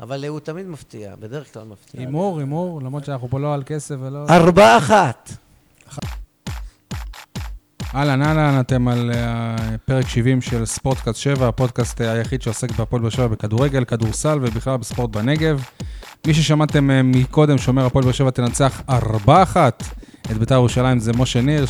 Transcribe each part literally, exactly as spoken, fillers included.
אבל הוא תמיד מפתיע, בדרך כלל מפתיע. אימור, אימור, למרות שאנחנו פה לא על כסף ולא... ארבעה אחת. אהלן, אהלן, אתם על פרק שבעים של ספורטקאסט שבע, הפודקאסט היחיד שעוסק בהפועל באר שבע בכדורגל, כדורסל ובכלל בספורט בנגב. מי ששמעתם מקודם שאומר הפועל באר שבע תנצח ארבע אחת את בית"ר ירושלים, זה משה ניר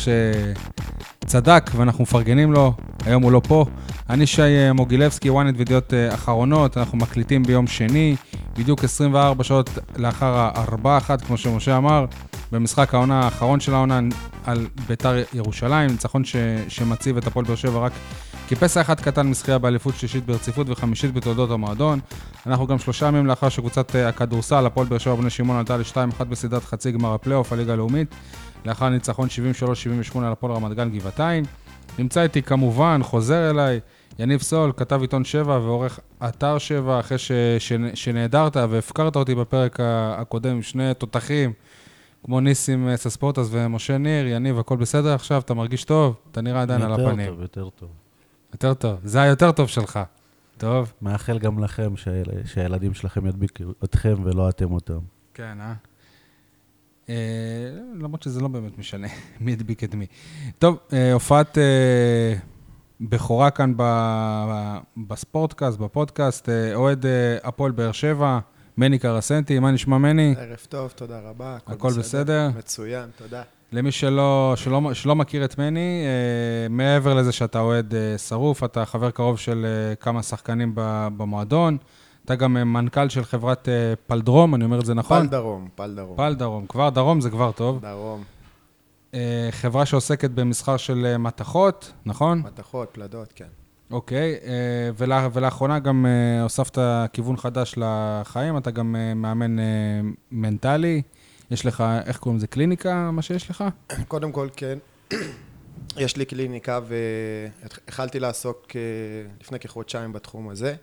שצדק ואנחנו מפרגנים לו, היום הוא לא פה. אני שי מוגילבסקי, וואנט וידיעות אחרונות, אנחנו מקליטים ביום שני, בדיוק עשרים וארבע שעות לאחר הארבע אחת, כמו שמשה אמר, במשחק העונה האחרון של העונה על בית"ר ירושלים, ניצחון ש... שמציב את הפועל באר שבע רק כפסע אחד קטן משחייה באליפות שלישית ברציפות וחמישית בתולדות המועדון. אנחנו גם שלושה ימים לאחר שקבוצת הכדורסל, הפועל באר שבע בני שמעון עלתה ל-שתיים אחת בסדרת חצי גמר הפלייאוף הליגה הלאומית, לאחר ניצחון שבעים ושלוש שבעים ושמונה על הפועל רמת גן גבעתיים. נמצא איתי כמובן, חוזר אליי, יניב סול, כתב עיתון שבע ועורך אתר שבע, אחרי ש... ש... שנעדרת והפקרת אותי בפרק הקודם, שני תותחים, כמו ניסים סספורטס ומשה ניר. יניב, הכל בסדר עכשיו? אתה מרגיש טוב? אתה נראה עדיין על הפנים. יותר טוב, יותר טוב. יותר טוב. זה היותר טוב שלך. טוב. מאחל גם לכם שהילדים שלכם ידביקו אתכם ולא אתם אותם. כן, אה? אה, למרות שזה לא באמת משנה מי ידביק את מי. טוב, אה, הופעת אה, בכורה כאן ב, בספורטקאסט, בפודקאסט, אה, אוהד אה, הפועל באר שבע, מני קרסנטי. מה נשמע מני? ערב טוב, תודה רבה. הכל, הכל בסדר? בסדר? מצוין, תודה. למי שלא, שלא, שלא מכיר את מני, אה, מעבר לזה שאתה אוהד אה, שרוף, אתה חבר קרוב של אה, כמה שחקנים במועדון, אתה גם אה, מנכ"ל של חברת אה, פלדרום, אני אומר את זה נכון? פל דרום, פל דרום. פל דרום, כבר דרום זה כבר טוב. דרום. אה, חברה שעוסקת במסחר של אה, מתכות, נכון? מתכות, פלדות, כן. אוקיי, אה, ולה, ולאחרונה גם אה, הוספת כיוון חדש לחיים, אתה גם אה, מאמן אה, מנטלי. יש לך, איך קוראים לזה, קליניקה, מה שיש לך? קודם כל, כן. יש לי קליניקה והתחלתי לעסוק לפני כחודשיים בתחום הזה.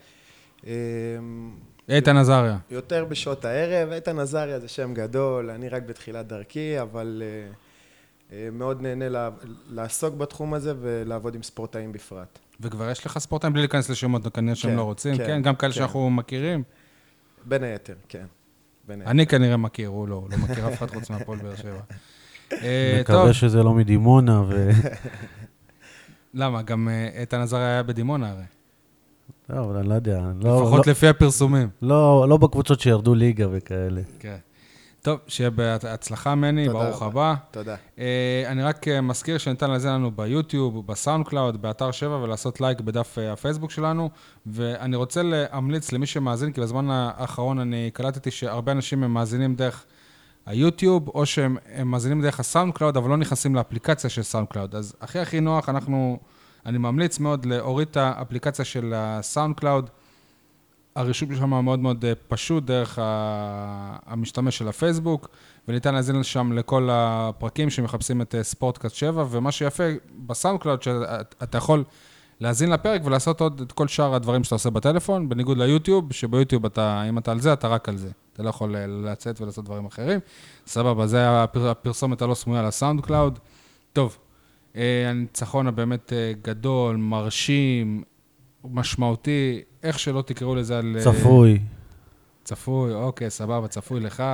איתן עזריה. יותר בשעות הערב. איתן עזריה זה שם גדול, אני רק בתחילת דרכי, אבל מאוד נהנה לעסוק בתחום הזה ולעבוד עם ספורטאים בפרט. וכבר יש לך ספורטאים בלי להיכנס לשמות, כנראה שהם לא רוצים, כן? גם כאלה שאנחנו מכירים? בין היתר, כן. אני כנראה מכיר, הוא לא, לא מכיר אף אחד חוץ מהפועל באר שבע. מקווה שזה לא מדימונה ו... למה? גם איתן עזריה היה בדימונה הרי. לא, אבל אני לא יודע. לפחות לפי הפרסומים. לא בקבוצות שירדו ליגה וכאלה. כן. טוב, שיהיה בהצלחה מני, ברוך הבא. תודה. אני רק מזכיר שניתן לזה לנו ביוטיוב, בסאונד קלאוד, באתר שבע, ולעשות לייק בדף הפייסבוק שלנו, ואני רוצה להמליץ למי שמאזין, כי בזמן האחרון אני קלטתי שהרבה אנשים הם מאזינים דרך היוטיוב, או שהם מאזינים דרך הסאונד קלאוד, אבל לא נכנסים לאפליקציה של סאונד קלאוד. אז הכי הכי נוח, אנחנו, אני ממליץ מאוד להוריד את האפליקציה של הסאונד קלאוד, הרישום שלנו מאוד מאוד פשוט דרך המשתמש של הפייסבוק, וניתן להזין לשם לכל הפרקים שמחפשים את ספורטקאסט שבע, ומה שיפה בסאונד קלאוד, שאתה יכול להזין לפרק ולעשות עוד את כל שאר הדברים שאתה עושה בטלפון, בניגוד ליוטיוב, שביוטיוב אתה, אם אתה על זה, אתה רק על זה. אתה לא יכול לצאת ולעשות דברים אחרים. סבבה, זה הפרסומת הלא סמויה לסאונד קלאוד. טוב, הניצחון הבאמת גדול, מרשים, משמעותי, איך שלא תקראו לזה על... צפוי. צפוי, אוקיי, סבבה, צפוי לך.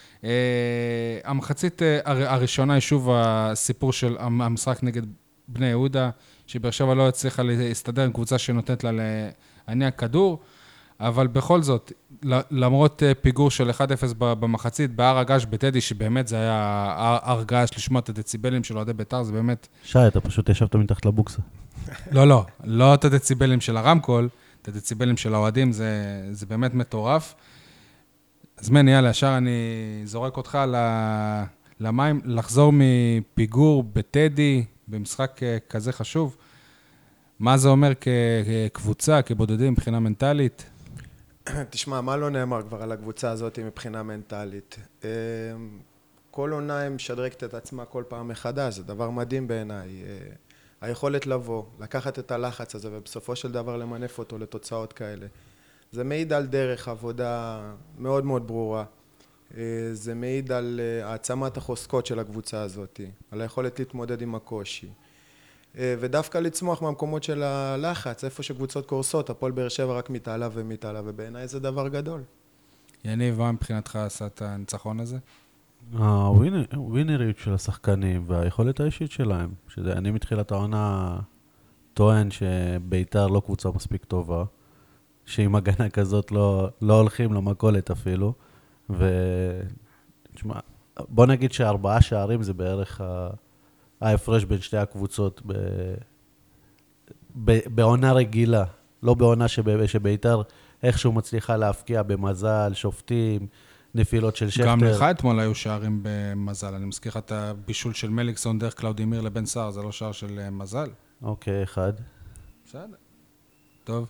המחצית הראשונה היא שוב הסיפור של המשחק נגד בני יהודה, שבאר שבע לא הצליחה להסתדר עם קבוצה שנותנת לה להניע כדור, אבל בכל זאת, למרות פיגור של אחד אפס במחצית, בהר הגעש בטדי, שבאמת זה היה הר געש לשמוע את הדציבלים של אוהדי בית"ר, זה באמת... שי, אתה פשוט ישבת מתחת לבוקסה. לא, לא, לא את הדציבלים של הרמקול, את הדציבלים של האוהדים, זה, זה באמת מטורף. אז מני, יאללה, ישר אני זורק אותך למים, לחזור מפיגור בטדי, במשחק כזה חשוב. מה זה אומר כקבוצה, כבודדים, מבחינה מנטלית? תשמע, מה לא נאמר כבר על הקבוצה הזאת מבחינה מנטלית? כל עונה משדרגת את עצמה כל פעם מחדש, זה דבר מדהים בעיניי. היכולת לבוא, לקחת את הלחץ הזה ובסופו של דבר למנף אותו לתוצאות כאלה. זה מעיד על דרך עבודה מאוד מאוד ברורה. זה מעיד על העצמת החוזקות של הקבוצה הזאת, על היכולת להתמודד עם הקושי. ודווקא לצמוח מהמקומות של הלחץ, איפה שקבוצות קורסות, הפועל באר שבע רק מתעלה ומתעלה, ובעיניי זה דבר גדול. יניב, מה מבחינתך עשה את הניצחון הזה? הווינריות של השחקנים והיכולת האישית שלהם, שזה אני מתחילת העונה טוען שביתר לא קבוצה מספיק טובה, שעם הגנה כזאת לא, לא הולכים למכולת אפילו, ותשמע, בוא נגיד שארבעה שערים זה בערך ההפרש בין שתי הקבוצות ב, ב, בעונה רגילה, לא בעונה שב, שביתר איכשהו מצליחה להפקיע במזל, שופטים, נפילות של שכטר. גם לך אתמול היו שערים במזל. אני מזכיר לך את הבישול של מליקסון דרך קלאודימיר לבן סער, זה לא שער של מזל. אוקיי, אחד. בסדר. טוב.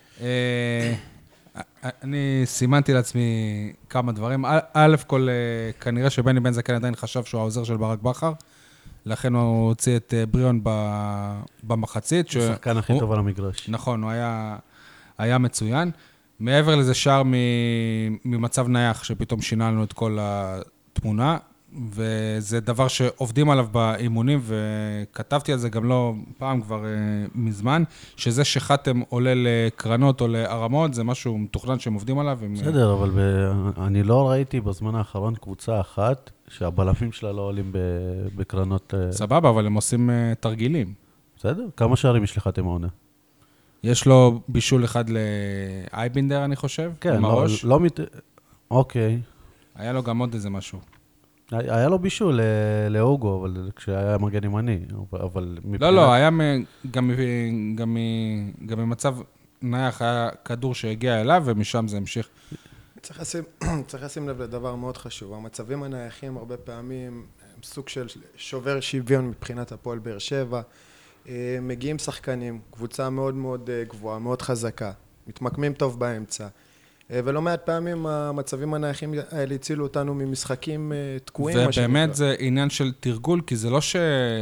אני סימנתי לעצמי כמה דברים. א' כל, כנראה שבני בן זקן עדיין חשב שהוא העוזר של ברק בכר, לכן הוא הוציא את בריאון במחצית. הוא שחקן הכי טוב על המגרש. נכון, הוא היה, היה מצוין. מעבר לזה שער ממצב נייח, שפתאום שינה לנו את כל התמונה, וזה דבר שעובדים עליו באימונים, וכתבתי על זה גם לא פעם כבר מזמן, שזה שחתם עולה לקרנות או להרמות, זה משהו מתוכנן שהם עובדים עליו. בסדר, אבל אני לא ראיתי בזמן האחרון קבוצה אחת, שהבלמים שלה לא עולים בקרנות. סבבה, אבל הם עושים תרגילים. בסדר, כמה שערים יש לך אתם העונה? יש לו בישול אחד לאייבינדר, אני חושב. כן, לא, לא מת... אוקיי. היה לו גם עוד איזה משהו. היה לו בישול לאוגו, אבל כשהיה מגן ימני, אבל... לא, לא, היה גם, גם, גם במצב נייח, היה כדור שהגיע אליו, ומשם זה המשיך. צריך לשים, צריך לשים לב לדבר מאוד חשוב. המצבים הנייחים הרבה פעמים הם סוג של שובר שוויון מבחינת הפועל באר שבע. מגיעים שחקנים, קבוצה מאוד מאוד גבוהה, מאוד חזקה, מתמקמים טוב באמצע. ולא מעט פעמים המצבים הנייחים האלה הצילו אותנו ממשחקים תקועים. ובאמת זה עניין של תרגול, כי זה לא ש...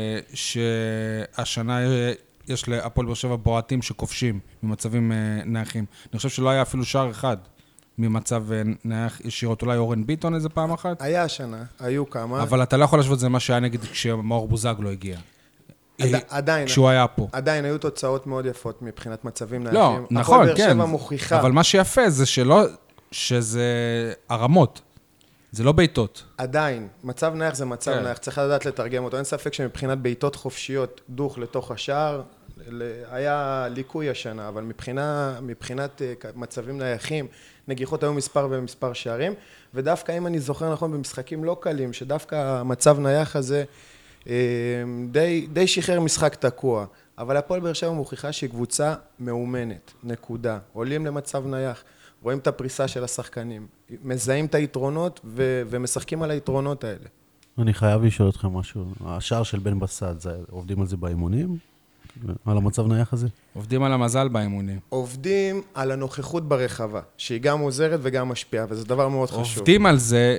שהשנה יש להפועל באר שבע בועטים שכובשים ממצבים נייחים. אני חושב שלא היה אפילו שער אחד ממצב נייח ישירות. אולי אורן ביטון איזה פעם אחת? היה השנה, היו כמה. אבל אתה לא יכול להשוות את זה מה שהיה נגיד כשמאור בוזגלו הגיע. עדיין, כשהוא היה פה. עדיין היו תוצאות מאוד יפות מבחינת מצבים לא, נייחים. נכון, כן. הפועל באר שבע מוכיחה. אבל מה שיפה זה שלא, שזה הרמות, זה לא ביתות. עדיין, מצב נייח זה מצב כן. נייח, צריך לדעת לתרגם אותו. אין ספק שמבחינת ביתות חופשיות דוך לתוך השער, היה ליקוי השנה, אבל מבחינה, מבחינת מצבים נייחים, נגיחות היו מספר ומספר שערים, ודווקא אם אני זוכר נכון במשחקים לא קלים, שדווקא המצב נייח הזה, די, די שחרר משחק תקוע, אבל הפועל באר שבע מוכיחה שהיא קבוצה מאומנת, נקודה. עולים למצב נייח, רואים את הפריסה של השחקנים, מזהים את היתרונות ו- ומשחקים על היתרונות האלה. אני חייב לשאול אתכם משהו. השער של בן בסט, עובדים על זה באימונים? על המצב נייח הזה? עובדים על המזל באימונים. עובדים על הנוכחות ברחבה, שהיא גם עוזרת וגם משפיעה, וזה דבר מאוד חשוב. עובדים על זה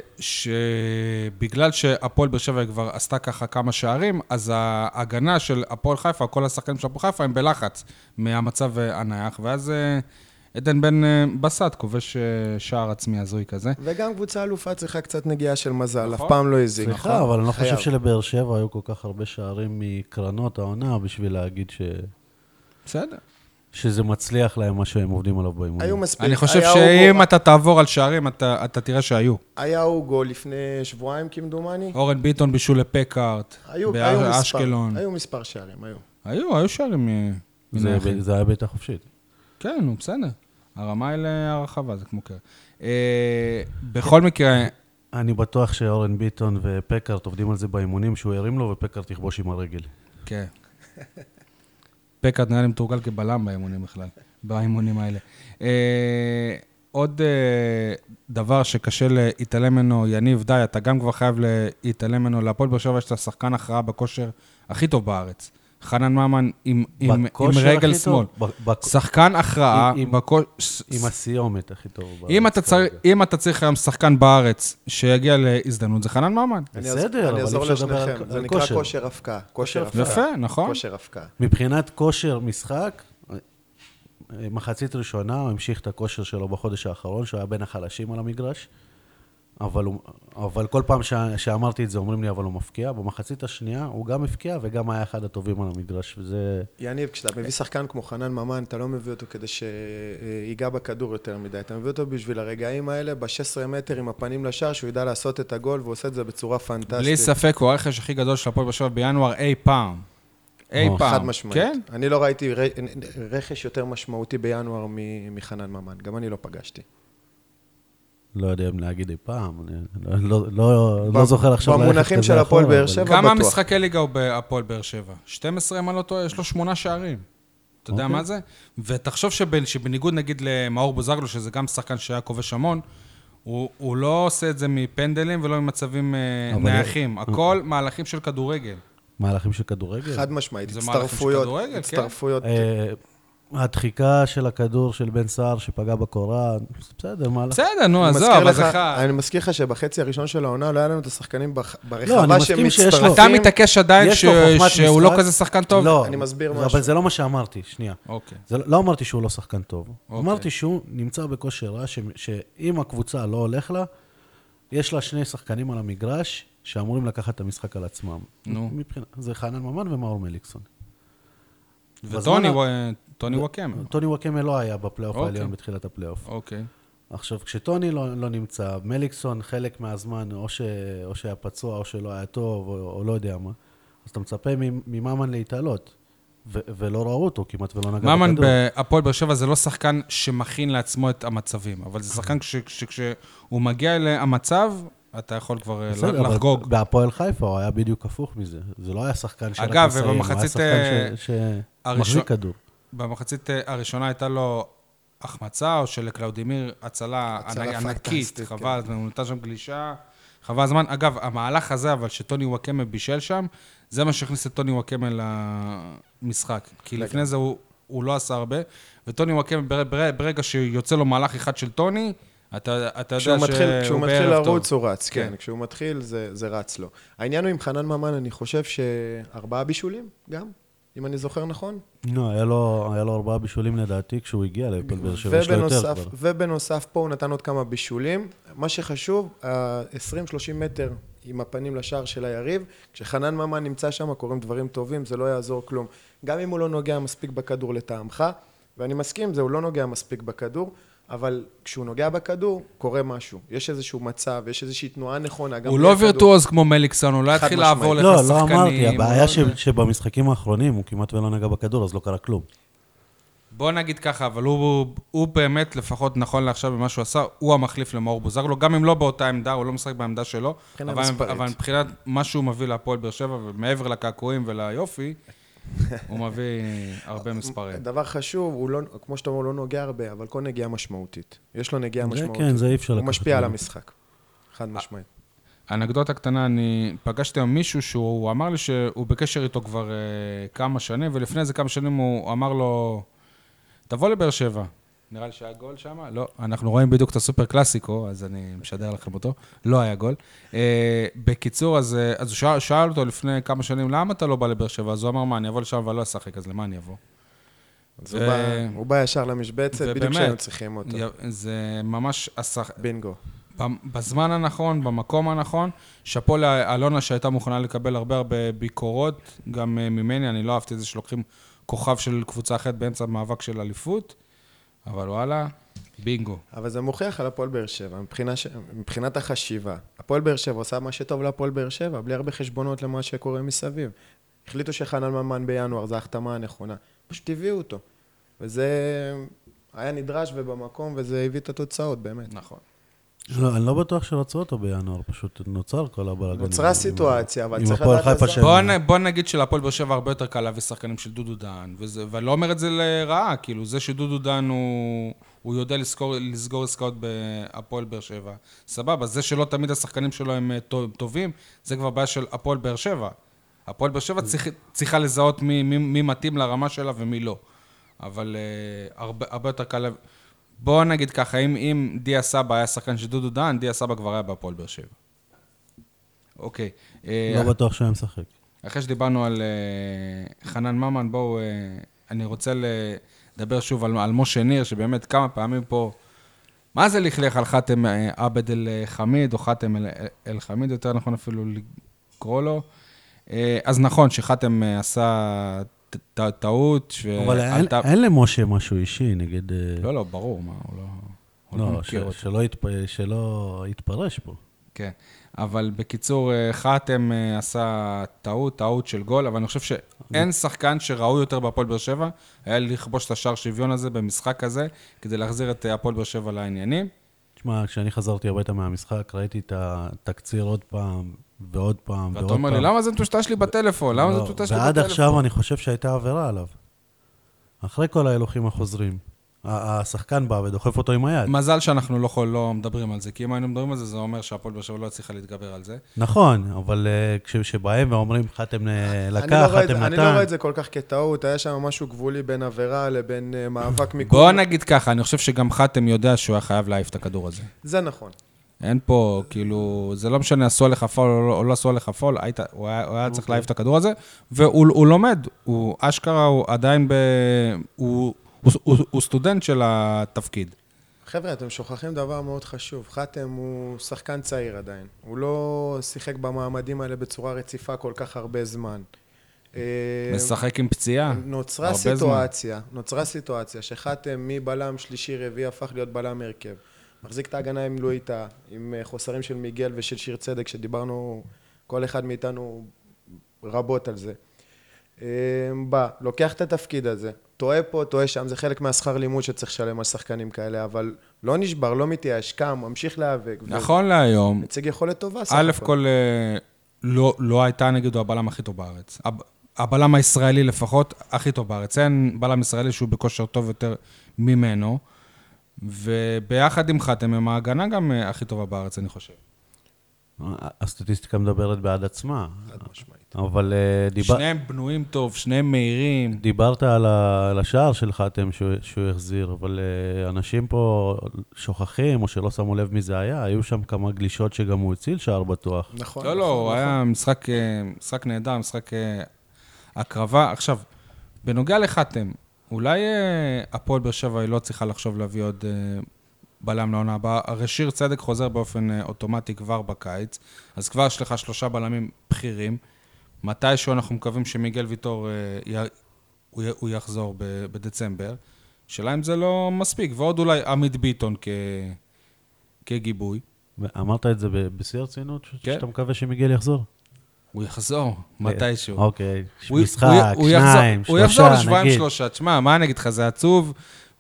שבגלל שהפועל באר שבע כבר עשתה ככה כמה שערים, אז ההגנה של הפועל חיפה, כל השחקנים של הפועל חיפה, הם בלחץ מהמצב הנייח, ואז עדן בן בסט כובש שער עצמי הזוי כזה. וגם קבוצה אלופה צריכה קצת נגיעה של מזל, נכון. אף פעם לא הזיק. סליחה, אבל אני לא חושב שלבאר שבע היו כל כך הרבה שערים מקרנות העונה בשביל להגיד ש... בסדר. שזה מצליח להם מה שהם עובדים עליו באימונים. היו מספיק. אני חושב שאם אתה תעבור על שערים, אתה, אתה תראה שהיו. היה אוגו לפני שבועיים כמדומני. אורן ביטון בישול לפקארט, באשקלון. היו מספר שערים, היו. היו, היו שערים. זה, זה היה ביתה חופשית. כן, נו, בסדר. הרמה היא להרחבה, זה כמו קרה. בכל מקרה... אני בטוח שאורן ביטון ופקארט עובדים על זה באימונים, שהוא ירים לו ופקארט יכבוש עם הרגל. כן. פקארט נראה לי מתורגל כבלם באימונים בכלל, באימונים האלה. עוד דבר שקשה להתעלם ממנו, יניב, די, אתה גם כבר חייב להתעלם ממנו, להפועל באר שבע יש את השחקן הכרעה בכושר הכי טוב בארץ. חנן ממן עם, עם, עם רגל שמאל. בק... שחקן הכרעה. עם, בכוש... עם הסיומת הכי טוב בארץ. אם אתה, צר... אם אתה צריך היום שחקן בארץ שיגיע להזדמנות, זה חנן ממן. בסדר, אני אעזור לשניכם. זה נקרא כושר הפקעה. כושר הפקעה. יפה, נכון. כושר הפקעה. מבחינת כושר משחק, מחצית ראשונה, הוא המשיך את הכושר שלו בחודש האחרון, שהוא היה בין החלשים על המגרש. אבל, הוא, אבל כל פעם ש, שאמרתי את זה, אומרים לי, אבל הוא מפקיע. במחצית השנייה הוא גם הפקיע וגם היה אחד הטובים על המגרש, וזה... יניב, כשאתה מביא שחקן כמו חנן ממן, אתה לא מביא אותו כדי שיגע בכדור יותר מדי. אתה מביא אותו בשביל הרגעים האלה, ב-שש עשרה מטר עם הפנים לשער, שהוא ידע לעשות את הגול, והוא עושה את זה בצורה פנטסטית. בלי ספק, הוא הרכש הכי גדול של הפועל באר שבע בינואר אי פעם. אי או, פעם. חד משמעית. כן? אני לא ראיתי ר- רכש יותר משמעותי בינואר מ- מחנן ממן. גם אני לא פגשתי. לא יודע אם להגיד אי פעם, אני לא, לא, לא, לא זוכר עכשיו ללכת במונחים כזה של הפועל אחורה, באר אבל- שבע. כמה בטוח. משחקי ליגה הוא בהפועל באר שבע? שתים עשרה, אם אני לא טועה, יש לו שמונה שערים. אתה יודע אוקיי. מה זה? ותחשוב שב- שבניגוד נגיד למאור בוזגלו, שזה גם שחקן שהיה כובש המון, הוא, הוא לא עושה את זה מפנדלים ולא ממצבים אה, אבל- נייחים. הכל מהלכים של כדורגל. מהלכים של כדורגל. חד משמעית. זה מהלכים של הצטרפויות. כדורגל, כן. הצטרפויות. אה, הדחיקה של הכדור של בן סער שפגע בקורה, בסדר, מה... בסדר, נו, אני עזוב, מזכיר אבל לך- זה חד. אני מזכיר לך שבחצי הראשון של העונה לא היה לנו את השחקנים בח- אני ברחבה מסכים שיש לו- שמצטרפים. אתה מתעקש עדיין יש ש- לו חוכמת שהוא לא משחק. כזה שחקן טוב? לא, אני מסביר אבל משהו. זה לא מה שאמרתי, שנייה. אוקיי. זה לא, לא אמרתי שהוא לא שחקן טוב. אוקיי. אמרתי שהוא נמצא בכושר רע, ש- שאם הקבוצה לא הולך לה, יש לה שני שחקנים על המגרש שאמורים לקחת את המשחק על עצמם. נו. מבחינה, זה חנן ממן ומאור מליקסון. וטוני בזמן ו- טוני וואקמה. טוני וואקמה לא היה בפלייאוף אוקיי. העליון בתחילת הפלייאוף. אוקיי. עכשיו, כשטוני לא, לא נמצא, מליקסון חלק מהזמן, או, ש, או שהיה פצוע, או שלא היה טוב, או, או לא יודע מה, אז אתה מצפה מממן להתעלות, ו, ולא ראו אותו כמעט ולא נגע ממן בכדור. בהפועל באר שבע זה לא שחקן שמכין לעצמו את המצבים, אבל זה שחקן כש- שכשהוא מגיע למצב, אתה יכול כבר אה, בסדר, אבל לחגוג. בהפועל חיפה הוא היה בדיוק הפוך מזה. זה לא היה שחקן שרק אגב, מסיים, הוא היה ובמחצית, שחקן אה, ש- הראשון- שמחזיק כדור. במחצית אה, הראשונה הייתה לו החמצה, או שלקלאודימיר הצלה הצלה ענ- ענקית, פנטסטית, חבל, הוא נתן שם גלישה, חבל הזמן. אגב, המהלך הזה, אבל שטוני וואקמה בישל שם, זה מה שהכניס את טוני וואקמה למשחק. כי לגמרי. לפני זה הוא, הוא לא עשה הרבה, וטוני וואקמה, בר- בר- ברגע שיוצא לו מהלך אחד של טוני, אתה, אתה כשהוא יודע מתחיל, שהוא כשהוא מתחיל בערב לרוץ, טוב. הוא רץ, כן. כן. כשהוא מתחיל, זה, זה רץ לו. העניין הוא עם חנן ממן, אני חושב שארבעה בישולים, גם, אם אני זוכר נכון. לא, היה לו, היה לו ארבעה בישולים לדעתי כשהוא הגיע להפועל באר שבע, יש לו יותר ובנוסף, כבר. ובנוסף פה הוא נתן עוד כמה בישולים. מה שחשוב, ה-עשרים שלושים מטר עם הפנים לשער של היריב, כשחנן ממן נמצא שם, קוראים דברים טובים, זה לא יעזור כלום. גם אם הוא לא נוגע מספיק בכדור לטעמך, ואני מסכים, זה הוא לא נוגע מספיק בכדור, אבל כשהוא נוגע בכדור, קורה משהו. יש איזשהו מצב, יש איזושהי תנועה נכונה. גם הוא בלי לא הכדור. וירטואוז כמו מליקסון, הוא לא חד יתחיל משמעית. לעבור לך לא, שחקנים. לא אמרתי, הבעיה הוא ש- לא- שבמשחקים האחרונים הוא כמעט ולא נגע בכדור, אז לא קרה כלום. בוא נגיד ככה, אבל הוא, הוא באמת, לפחות נכון לעכשיו במה שהוא עשה, הוא המחליף למאור בוזגלו, גם אם לא באותה עמדה, הוא לא משחק בעמדה שלו, מבחינה אבל, מספרית. אבל מבחינת מה שהוא מביא להפועל באר שבע, ומעבר לקעקועים וליופי, הוא מביא הרבה מספרים. דבר חשוב, הוא לא, כמו שאתה אומר, הוא לא נוגע הרבה, אבל כל נגיעה משמעותית. יש לו נגיעה זה משמעותית. כן, זה אי אפשר הוא לקחת משפיע על ממנו. המשחק. חד משמעית. אנקדוטה קטנה, אני פגשתי היום מישהו שהוא אמר לי שהוא בקשר איתו כבר uh, כמה שנים, ולפני איזה כמה שנים הוא אמר לו, תבוא לבאר שבע. נראה לי שהיה גול שם? לא. אנחנו רואים בדיוק את הסופר קלאסיקו, אז אני משדר לכם אותו. לא היה גול. Uh, בקיצור, אז, uh, אז הוא שאל, שאל אותו לפני כמה שנים, למה אתה לא בא לבאר שבע? אז הוא אמר, מה, אני אבוא לשם ולא אשחק, אז למה אני אבוא? אז הוא בא- הוא בא ישר למשבצת, בדיוק ובאמת, כשהיינו צריכים אותו. י- זה ממש השח... בינגו. בזמן הנכון, במקום הנכון, שאפו לאלונה שהייתה מוכנה לקבל הרבה הרבה ביקורות, גם אה, ממני, אני לא אהבתי את זה שלוקחים כוכב של קבוצה אחרת באמצע מאבק של אליפות, אבל וואלה, בינגו. אבל זה מוכיח על הפועל באר שבע, מבחינה ש... מבחינת החשיבה. הפועל באר שבע עושה מה שטוב להפועל באר שבע, בלי הרבה חשבונות למה שקורה מסביב. החליטו שחנן ממן בינואר, זו ההחתמה הנכונה. פשוט הביאו אותו. וזה היה נדרש ובמקום, וזה הביא את התוצאות, באמת. נכון. לא, אני לא בטוח שרצו אותו בינואר, פשוט נוצר כל הבלגנים. נוצרה עם- סיטואציה, אבל עם צריך הפועל לדעת חיפה לזהות. שהם- בוא, נ, בוא נגיד שלהפועל באר שבע הרבה יותר קל להביא שחקנים של דודו דהן, וזה, ואני לא אומר את זה לרעה, כאילו זה שדודו דהן הוא, הוא יודע לסגור, לסגור עסקאות בהפועל באר שבע. סבבה, זה שלא תמיד השחקנים שלו הם טוב- טובים, זה כבר בעיה של הפועל באר שבע. הפועל באר שבע צריך, צריכה לזהות מי, מי, מי מתאים לרמה שלה ומי לא. אבל uh, הרבה, הרבה יותר קל... בוא נגיד ככה, אם, אם דיה סבא היה שחקן של דודו דהן, דיה סבא כבר היה בהפועל באר שבע. אוקיי. אה, לא בטוח שהוא משחק. אחרי שדיברנו על uh, חנן ממן, בואו, uh, אני רוצה לדבר שוב על, על משה ניר, שבאמת כמה פעמים פה מה זה לכלך על חתם עבד אל-חמיד, או חתם אל-חמיד, יותר נכון אפילו לקרוא לו. אז נכון שחתם עשה טעות. אבל אין למשה משהו אישי, נגיד... לא, לא, ברור, מה, הוא לא... לא, שלא יתפרש פה. כן, אבל בקיצור, חתם עשה טעות, טעות של גול, אבל אני חושב שאין שחקן שראוי יותר בהפועל באר שבע, היה לכבוש את השער שוויון הזה במשחק הזה, כדי להחזיר את הפועל באר שבע לעניינים. תשמע, כשאני חזרתי הביתה מהמשחק, ראיתי את התקציר עוד פעם ועוד פעם ועוד פעם. ואתה אומר לי, למה זה מטושטש לי בטלפון? למה זה מטושטש לי בטלפון? ועד עכשיו אני חושב שהייתה עבירה עליו. אחרי כל ההילוכים החוזרים. השחקן בא ודוחף אותו עם היד. מזל שאנחנו לא, לא מדברים על זה, כי אם היינו מדברים על זה, זה אומר שהפועל באר שבע לא הצליחה להתגבר על זה. נכון, אבל כשבאים ואומרים, חתם לקח, חתם נתן. אני לא רואה את זה כל כך כטעות, היה שם משהו גבולי בין עבירה לבין מאבק מיקום. בוא נגיד ככה, אני חושב שגם חתם יודע שהוא היה חייב להעיף את הכדור הזה. זה נכון. אין פה, כאילו, זה לא משנה, עשו עליך פול או לא עשו עליך פול, הוא היה צריך להעיף את הכדור הזה, והוא לומד, הוא אשכרה, הוא עדיין ב... הוא הוא סטודנט של התפקיד. חבר'ה, אתם שוכחים דבר מאוד חשוב. חתם הוא שחקן צעיר עדיין. הוא לא שיחק במעמדים האלה בצורה רציפה כל כך הרבה זמן. משחק עם פציעה. נוצרה סיטואציה, נוצרה סיטואציה שחתם מבלם שלישי רביעי הפך להיות בלם הרכב. מחזיק את ההגנה עם לואיטה, עם חוסרים של מיגל ושל שיר צדק, שדיברנו כל אחד מאיתנו רבות על זה. בא, לוקח את התפקיד הזה, טועה פה, טועה שם, זה חלק מהשכר לימוד שצריך לשלם על שחקנים כאלה, אבל לא נשבר, לא מתייאש, קם, ממשיך להיאבק. נכון להיום. מציג יכולת טובה. א' כל, לא, לא הייתה נגד הוא הבלם הכי טוב בארץ. הבלם הישראלי לפחות הכי טוב בארץ. אין בלם ישראלי שהוא בכושר טוב יותר ממנו, וביחד עם חתם הם ההגנה גם הכי טובה בארץ, אני חושב. הסטטיסטיקה מדברת בעד עצמה. חד משמעית. אבל דיבר... שניהם בנויים טוב, שניהם מהירים. דיברת על השער של חתם שהוא החזיר, אבל אנשים פה שוכחים או שלא שמו לב מי זה היה, היו שם כמה גלישות שגם הוא הציל שער בטוח. נכון. לא, לא, הוא היה משחק, משחק נהדר, משחק הקרבה. עכשיו, בנוגע לחתם, אולי הפועל באר שבע היא לא צריכה לחשוב להביא עוד בלם לעונה הבאה. הרי שיר צדק חוזר באופן אוטומטי כבר בקיץ, אז כבר יש לך שלושה בלמים בכירים. מתישהו אנחנו מקווים שמיגל ויטור הוא יחזור בדצמבר. שאלה אם זה לא מספיק, ועוד אולי עמית ביטון כגיבוי. אמרת את זה בשיא הרצינות, שאתה מקווה שמיגל יחזור? הוא יחזור, מתישהו. אוקיי, משחק, שניים, שלושה, הוא יחזור לשבועיים שלושה. תשמע, מה אני אגיד לך, זה עצוב,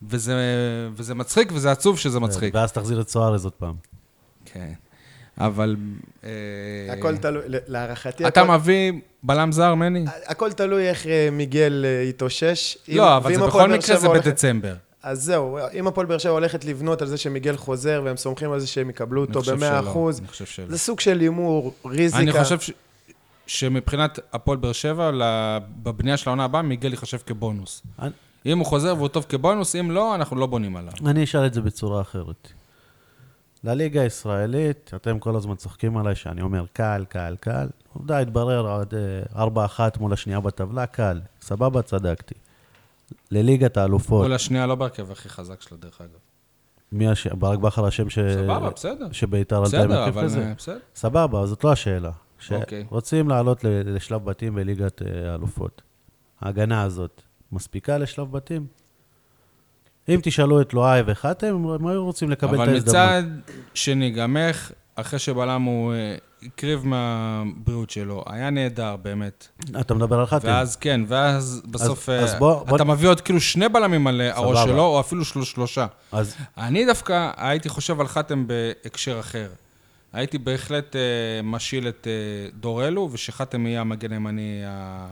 וזה מצחיק, וזה עצוב שזה מצחיק. ואז תחזיר את סוארז עוד פעם. כן, אבל... הכל תלוי, להערכתי... אתה מביא בלם זר, מני? הכל תלוי איך מיגל יתאושש. לא, אבל זה בכל מקרה זה בדצמבר. אז זהו, אם הפועל באר שבע הולכת לבנות על זה שמיגל חוזר, והם סומכים על זה שהם יקבלו אותו ב-מאה אחוז, זה סוג של הימור, ריזיקה. אני חושב שמבחינת הפועל באר שבע, בבנייה של העונה הבאה, מיגל יחשב כבונוס. אם הוא חוזר והוא טוב כבונוס, אם לא, אנחנו לא בונים עליו. אני אשאל את זה בצורה אחרת. לליגה הישראלית, אתם כל הזמן צוחקים עליי שאני אומר קל, קל, קל. עובדה, התברר עד ארבע אחת מול השנייה בטבלה, קל. סבבה, צדקתי. לליגת האלופות. מול השנייה לא בהרכב הכי חזק שלו, דרך אגב. מי השם? ברק בכר השם ש... סבבה, בסדר. שביתר עלתה עם הרכב כזה? בסדר. סבבה, זאת לא השאלה. אוקיי. רוצים לעלות לשלב בתים בליגת האלופות. ההגנה הזאת מספיקה לשלב בתים? אם תשאלו את לואי וחתם, הם היו רוצים לקבל את ההזדמנות. אבל מצד שני, גם איך, אחרי שבלם הוא הקריב מהבריאות שלו, היה נהדר באמת. אתה מדבר על חתם. ואז כן, ואז בסוף אתה מביא עוד כאילו שני בלמים על הראש שלו, או אפילו שלושה. אני דווקא הייתי חושב על חתם בהקשר אחר. הייתי בהחלט משיל את דורלו, ושחתם יהיה המגן הימני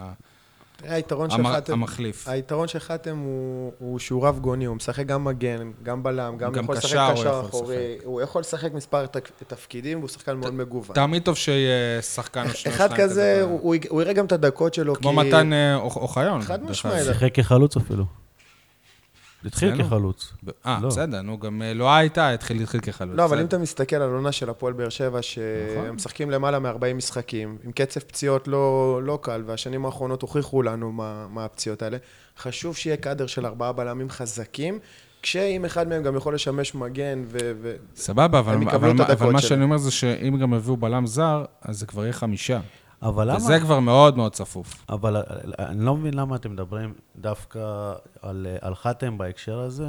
המחליף. היתרון של חתם הוא שהוא רב גוני, הוא משחק גם מגן, גם בלם, גם יכול לשחק קשר אחורי, הוא יכול לשחק מספר תפקידים, והוא שחקן מאוד מגוון. תמיד טוב שיהיה שחקן או שניים. אחד כזה, הוא יראה גם את הדקות שלו. כמו מתן אוחיון. חד משמעית. שיחק כחלוץ אפילו. התחיל כחלוץ. אה, בסדר, נו, גם לא הייתה, התחיל כחלוץ. לא, אבל אם אתה מסתכל על עונה של הפועל באר שבע, שהם משחקים למעלה מ-ארבעים משחקים, עם קצב פציעות לא קל, והשנים האחרונות הוכיחו לנו מה הפציעות האלה, חשוב שיהיה קאדר של ארבעה בלמים חזקים, כשאם אחד מהם גם יכול לשמש מגן, ו... ו- סבבה, אבל, הם אבל, יקבלו את אבל, הדקות אבל מה שלהם. שאני אומר זה שאם גם הביאו בלם זר, אז זה כבר יהיה חמישה. אבל למה? וזה כבר מאוד מאוד צפוף. אבל אני לא מבין למה אתם מדברים דווקא על, על חתם בהקשר הזה,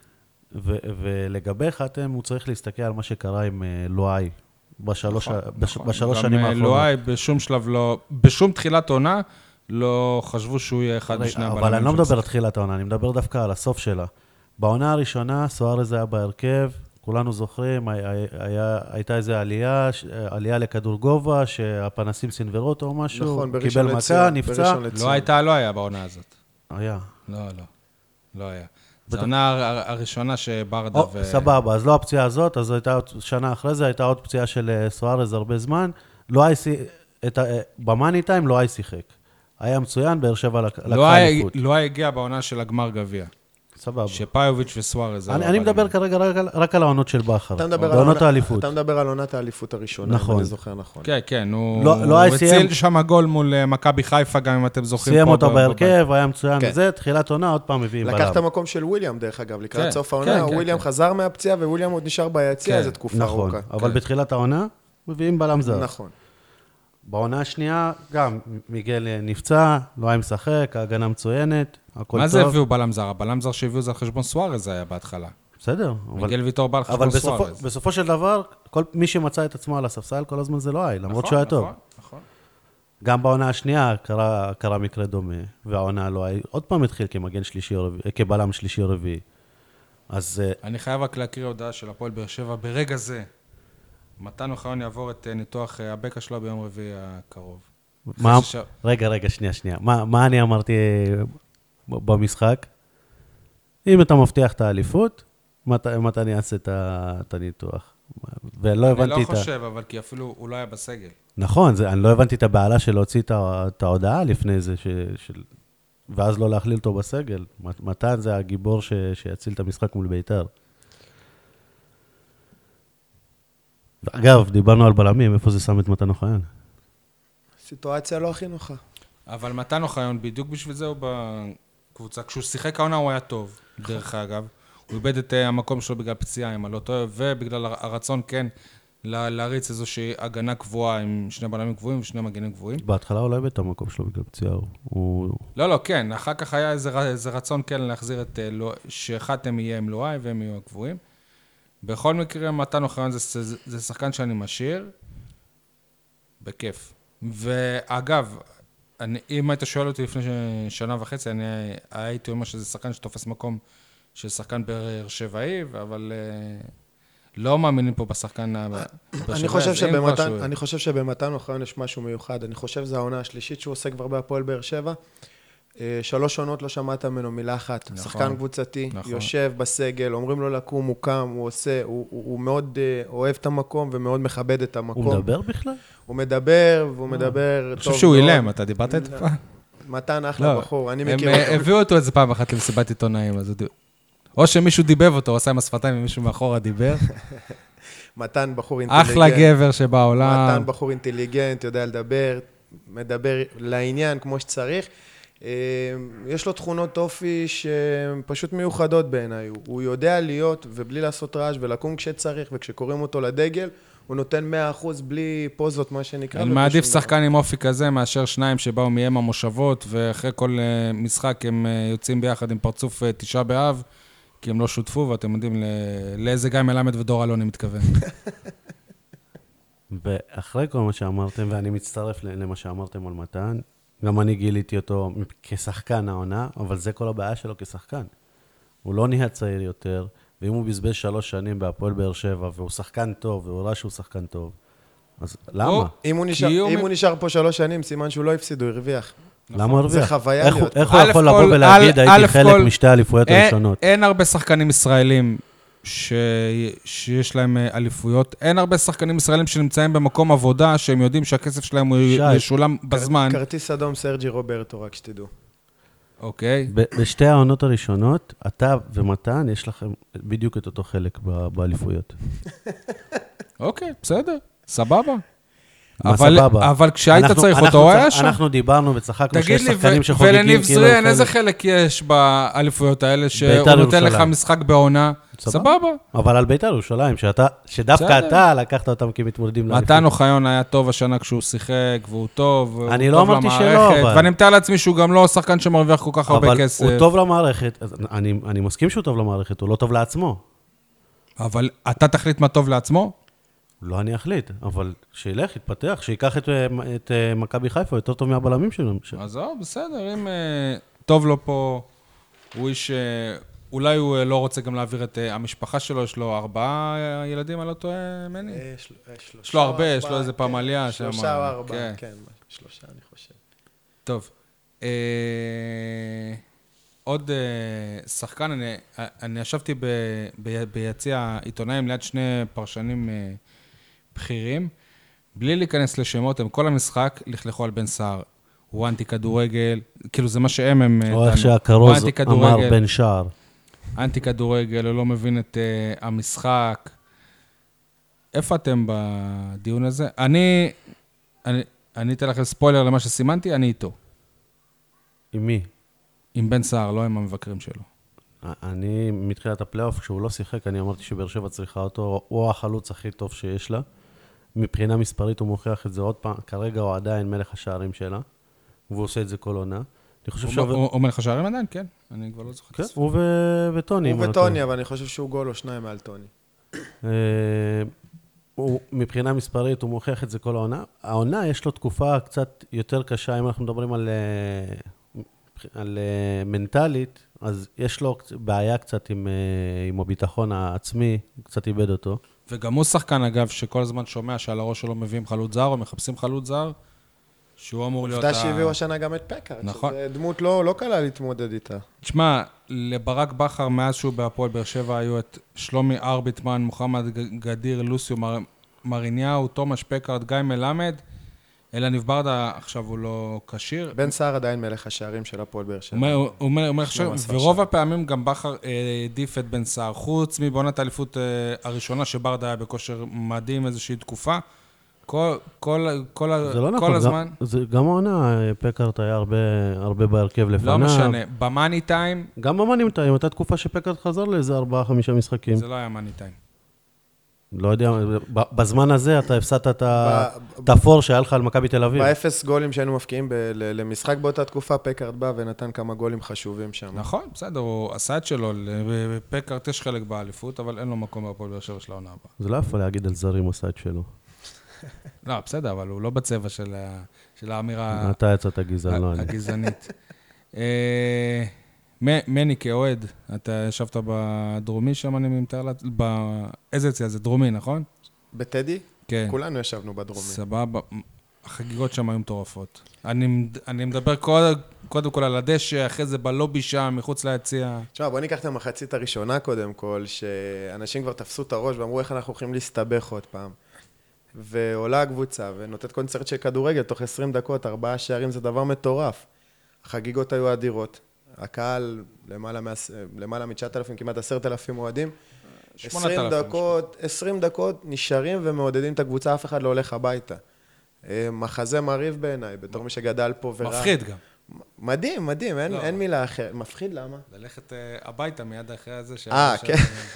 ו, ולגבי חתם הוא צריך להסתכל על מה שקרה עם לואי בשלוש, נכון, בש, נכון. בשלוש גם שנים האחרונות. לואי בשום שלב לא, בשום תחילת עונה, לא חשבו שהוא יהיה אחד משני הבלמים. אבל אני לא של מדבר על תחילת העונה, אני מדבר דווקא על הסוף שלה. בעונה הראשונה, סוארז היה בהרכב, כולנו זוכרים, היה, היה, הייתה איזו עלייה, עלייה לכדור גובה, שהפנסים סנברו אותו או משהו, נכון, קיבל בראשון מכה, לציון, נפצע. בראשון לציון. לא הייתה, לא היה בעונה הזאת. היה. לא, לא. לא היה. זו העונה הר- הראשונה שברדה או, ו... סבבה, אז לא הפציעה הזאת, אז הייתה עוד- שנה אחרי זה, הייתה עוד פציעה של אה, סוארז הרבה זמן. לא היה, את ה- אה, במאני טיים לא היה שיחק. היה מצוין, באר שבע לק- לא לקחה היה- אליפות. לא היה הגיע בעונה של הגמר גביע. סבבה. שפיוביץ' וסוארז. אני היו אני הבלמים. מדבר כרגע רק על- רק על העונות של בכר, אתה מדבר על בעונות עונה- האליפות. אתה מדבר על עונת האליפות הראשונה, נכון. אם אני זוכר נכון. כן, כן, הוא לא- לא הוא היה סיים- הציל שם גול מול אה, מכבי חיפה, גם אם אתם זוכרים. סיים פה אותו ב- בהרכב, היה מצוין כן. וזה, תחילת עונה, עוד פעם מביאים לקח את בלם. המקום של וויליאם, דרך אגב, כן, לקראת סוף כן, העונה, כן, וויליאם כן. חזר מהפציעה, וויליאם עוד נשאר ביציע כן, איזו תקופה נכון, ארוכה. אבל כן. בתחילת העונה, מביאים בלם זר. נכון. בעונה השנייה, גם מיגל נפצע, לא היה משחק, ההגנה מצוינת, הכל טוב. מה זה הביאו בלם זר? הבלם זר שהביאו זה על חשבון סוארז היה בהתחלה. בסדר, אבל... מיגל ויטור בא על אבל חשבון בסופו, סוארז. בסופו של דבר, כל מי שמצא את עצמו על הספסל, כל הזמן זה לא היה, למרות נכון, שהוא היה טוב. נכון, נכון. גם בעונה השנייה קרה, קרה מקרה דומה, והעונה לא היה, עוד פעם התחיל כמגן שלישי או רביעי, כבלם שלישי או רביעי. אז אה, אני חייב רק להקריא הודעה של הפועל באר שבע ברגע זה. מתן אוחיון יעבור את אה, ניתוח אה, הבקע שלו ביום רביעי הקרוב. מה, אחרי שש- רגע, רגע, שנייה, שנייה. מה, מה אני אמרתי אה, ב- במשחק? אם אתה מבטיח את האליפות, מת- מתי אני אעשה את ה- את הניתוח? ולא אני הבנתי לא את ה... חושב, אבל כי אפילו הוא לא היה בסגל. נכון, זה, אני לא הבנתי את הבעלה של להוציא את, ה- את ההודעה לפני זה, ש, של, ואז לא להכליל אותו בסגל. מת- מתן זה הגיבור ש, שיציל את המשחק מול ביתר. אגב, דיברנו על בלמים, איפה זה שם את מתן אוחיון? סיטואציה לא הכי נוחה. אבל מתן אוחיון, בדיוק בשביל זה הוא בקבוצה. כשהוא שיחק העונה הוא היה טוב, דרך אגב. הוא איבד את אה, המקום שלו בגלל פציעה, אם אני לא טועה, ובגלל הר- הרצון כן לה- להריץ איזושהי הגנה קבועה עם שני בלמים קבועים ושני מגנים קבועים. בהתחלה הוא לא איבד את המקום שלו בגלל פציעה. הוא- הוא... לא, לא, כן, אחר כך היה איזה, ר- איזה רצון כן להחזיר את, אה, לו- שאחד מהם יהיה עם לואי והם יהיו הקבועים. בכל מקרה, מתן אוחיון זה, זה, זה שחקן שאני משאיר, בכיף. ואגב, אני, אם היית שואל אותי לפני ש- שנה וחצי, אני הייתי אומר שזה שחקן שתופס מקום של שחקן באר שבעי, אבל אה, לא מאמינים פה בשחקן הבאר אני שבעי, חושב אז אם כבר שבמתן, שהוא- אני חושב שבמתן אוחיון יש משהו מיוחד. אני חושב שזו העונה השלישית שהוא עושה כבר בהפועל באר שבע. אה, שלוש עונות לא שמעת ממנו מילה אחת. נכון, שחקן קבוצתי, נכון. יושב בסגל, אומרים לו לקום, הוא קם, הוא עושה, הוא, הוא, הוא מאוד אה, אוהב את המקום ומאוד מכבד את המקום. הוא מדבר בכלל? הוא מדבר, והוא מדבר אני טוב חושב שהוא מאוד. אילם, אתה דיברת איתו פעם? מתן אחלה לא, בחור, אני הם מכיר אה, אותו. הביאו אותו איזה פעם אחת למסיבת עיתונאים, אז הוא דיב- או שמישהו דיבב אותו, הוא עשה עם השפתיים ומישהו מאחורה דיבר. מתן בחור אינטליגנט. אחלה גבר שבעולם. מתן בחור אינטליגנט, יודע לדבר, מדבר לעניין כמו שצריך. אה, יש לו תכונות אופי שהן פשוט מיוחדות בעיניי. הוא- הוא יודע להיות ובלי לעשות רעש ולקום כשצריך, וכשקוראים אותו לדגל, הוא נותן מאה אחוז בלי פוזות, מה שנקרא. אני ובלי מעדיף שום דבר. שחקן עם אופי כזה מאשר שניים שבאו מהם המושבות, ואחרי כל אה, משחק הם אה, יוצאים ביחד עם פרצוף אה, תשעה באב, כי הם לא שותפו, ואתם יודעים ל- לאיזה גיא מלמד ודור אלון אני מתכוון. ואחרי כל מה שאמרתם, ואני מצטרף למה שאמרתם על מתן, גם אני גיליתי אותו כשחקן העונה, אבל זה כל הבעיה שלו כשחקן. הוא לא נהיה צעיר יותר, ואם הוא בזבז שלוש שנים בהפועל באר שבע, והוא שחקן טוב, והוא ראה שהוא שחקן טוב, אז למה? או, אם הוא נשאר- כי הוא אם מ- הוא נשאר פה שלוש שנים, סימן שהוא לא הפסיד, הוא הרוויח. למה הוא הרוויח? זה חוויה איך הוא- להיות. איך הוא א' יכול כל- לבוא ולהגיד, א'- הייתי א' חלק כל- משתי האליפויות אין- הראשונות? אין הרבה שחקנים ישראלים ש... שיש להם אה, אליפויות. אין הרבה שחקנים ישראלים שנמצאים במקום עבודה, שהם יודעים שהכסף שלהם הוא שי, ישולם בזמן. כרטיס אדום סרג'י רוברטו, רק שתדעו. אוקיי. ב- בשתי העונות הראשונות, אתה ומתן, יש לכם בדיוק את אותו חלק ב- באליפויות. אוקיי, בסדר, סבבה. מה אבל, סבבה? אבל כשהיית אנחנו- צריך אנחנו אותו, הוא צח- היה שם. אנחנו דיברנו וצחקנו תגיד שיש לי, שחקנים ו- שחוגגים ולניב כאילו... זריאן, הם איזה כאלה. חלק יש באליפויות האלה, שהוא בית"ר נותן לך ירושלים. משחק בעונה? סבבה. אבל על בית"ר ירושלים, שאתה- שדווקא בסדר. אתה לקחת אותם כמתמודדים לאליפות. מתן אוחיון היה טוב השנה כשהוא שיחק, והוא טוב, והוא אני לא טוב אמרתי שלא, למערכת, אבל- ואני מתאר לעצמי שהוא גם לא שחקן שמרוויח כל כך הרבה אבל כסף. הוא טוב למערכת, אז אני, אני מסכים שהוא טוב למערכת, הוא לא טוב לעצמו. אבל אתה תחליט מה טוב לעצמו? לא אני אחליט, אבל שילך, יתפתח, שיקח את, את uh, מכבי חיפה, יותר טוב מהבלמים שלנו. ש... אז זהו, בסדר, אם uh, טוב לו פה, הוא איש, uh, אולי הוא uh, לא רוצה גם להעביר את uh, המשפחה שלו, יש לו ארבעה uh, ילדים, אני לא טועה, מני? אה, של- אה, שלושה יש לו הרבה, או יש לו ארבעה, איזה כן, פמליה שם, שלושה או ארבעה, כן. כן, שלושה אני חושב. טוב. אה, עוד אה, שחקן, אני, אני ישבתי ב, ב, ביציע עיתונאים ליד שני פרשנים אה, בכירים, בלי להיכנס לשמות, הם כל המשחק לכלכו על בן סער. הוא אנטי כדורגל, כאילו זה מה שהם הם... או דנו. איך הוא שהכרוז אנטי כדורגל, אמר בן שער. אנטי כדורגל, הוא לא מבין את uh, המשחק. איפה אתם בדיון הזה? אני, אני, אני אתן לכם ספוילר למה שסימנתי, אני איתו. עם מי? עם בן סער, לא עם המבקרים שלו. אני, מתחילת הפלייאוף, כשהוא לא שיחק, אני אמרתי שבאר שבע צריכה אותו, הוא החלוץ הכי טוב שיש לה. מבחינה מספרית הוא מוכיח את זה עוד פעם, כרגע הוא עדיין מלך השערים שלה, והוא עושה את זה כל עונה. אני חושב הוא שהוא... הוא- הוא מלך השערים עדיין? כן. אני כבר לא זוכר. כן, הוא ו- וטוני. הוא אם אני לא טועה. וטוני, אבל אני חושב שהוא גול או שניים מעל טוני. אה, הוא, מבחינה מספרית הוא מוכיח את זה כל העונה. העונה יש לו תקופה קצת יותר קשה, אם אנחנו מדברים על, אה, על אה, מנטלית, אז יש לו קצ- בעיה קצת עם, אה, עם הביטחון העצמי, הוא קצת איבד אותו. וגם הוא שחקן, אגב, שכל הזמן שומע שעל הראש שלו מביאים חלוץ זר, או מחפשים חלוץ זר, שהוא אמור להיות... עובדה ה- שהביאו השנה גם את פקארט, נכון. שזה דמות לא לא קלה להתמודד איתה. תשמע, לברק בכר, מאז שהוא בהפועל באר שבע, היו את שלומי ארביטמן, מוחמד ג- גדיר, לוסיו מר... מריניהו, תומש פקארט, גיא מלמד, אלניב ברדה, עכשיו הוא לא כשיר. בן סער עדיין מלך השערים של הפועל באר שבע. הוא אומר- הוא אומר- הוא אומר עכשיו, שמונה עשרה ורוב שער. הפעמים גם בכר אה, העדיף את בן סער, חוץ מבעונת האליפות אה, הראשונה, שברדה היה בכושר מדהים איזושהי תקופה. כל, כל, כל, ה- זה לא כל נכון, הזמן, גם, זה, גם העונה, פקארט היה הרבה, הרבה בהרכב לפניו. לא משנה, במאני טיים, גם במאני טיים, הייתה תקופה שפקארט חזר לאיזה ארבעה, חמישה משחקים. זה לא היה מאני טיים. לא יודע, ב- בזמן הזה אתה הפסדת את ה- ב- את הפור שהיה לך על מכבי תל אביב. באפס גולים שהיינו מפקיעים ב- ל- למשחק באותה תקופה, פקארט בא ונתן כמה גולים חשובים שם. נכון, בסדר, הוא עשה את שלו, לפקארט יש חלק באליפות, אבל אין לו מקום בהפועל באר שבע של העונה הבאה. זה לא יפה להגיד על זרים עושה את שלו. לא, בסדר, אבל הוא לא בצבע של ה- של האמירה אתה יצאת גזען, לא אני. הגזענית. אה, מ- מני כאוהד, אתה ישבת בדרומי שם, אני מתאר לעצמי, איזה יציאה זה? דרומי, נכון? בטדי? כן. כולנו ישבנו בדרומי. סבבה. החגיגות שם היו מטורפות. אני, אני מדבר קודם, קודם כל על הדשא, אחרי זה בלובי שם, מחוץ ליציאה. תשמע, בוא ניקח את המחצית הראשונה קודם כל, שאנשים כבר תפסו את הראש ואמרו איך אנחנו הולכים להסתבך עוד פעם. ועולה הקבוצה ונותנת קונצרט של כדורגל, תוך עשרים דקות, ארבעה שערים, זה דבר מטורף. החגיגות היו אדירות. הקהל, למעלה, מה, למעלה מ-תשעת אלפים, כמעט עשרת אלפים אוהדים. שמונת עשרים אלפים. דקות, עשרים דקות נשארים ומעודדים את הקבוצה, אף אחד לא הולך הביתה. מחזה מרהיב בעיניי, בתור מי שגדל פה וראה. מפחיד גם. מדהים, מדהים, אין, לא. אין מילה אחרת. מפחיד למה? ללכת אה, הביתה מיד אחרי הזה. ש- אה, ש- כן.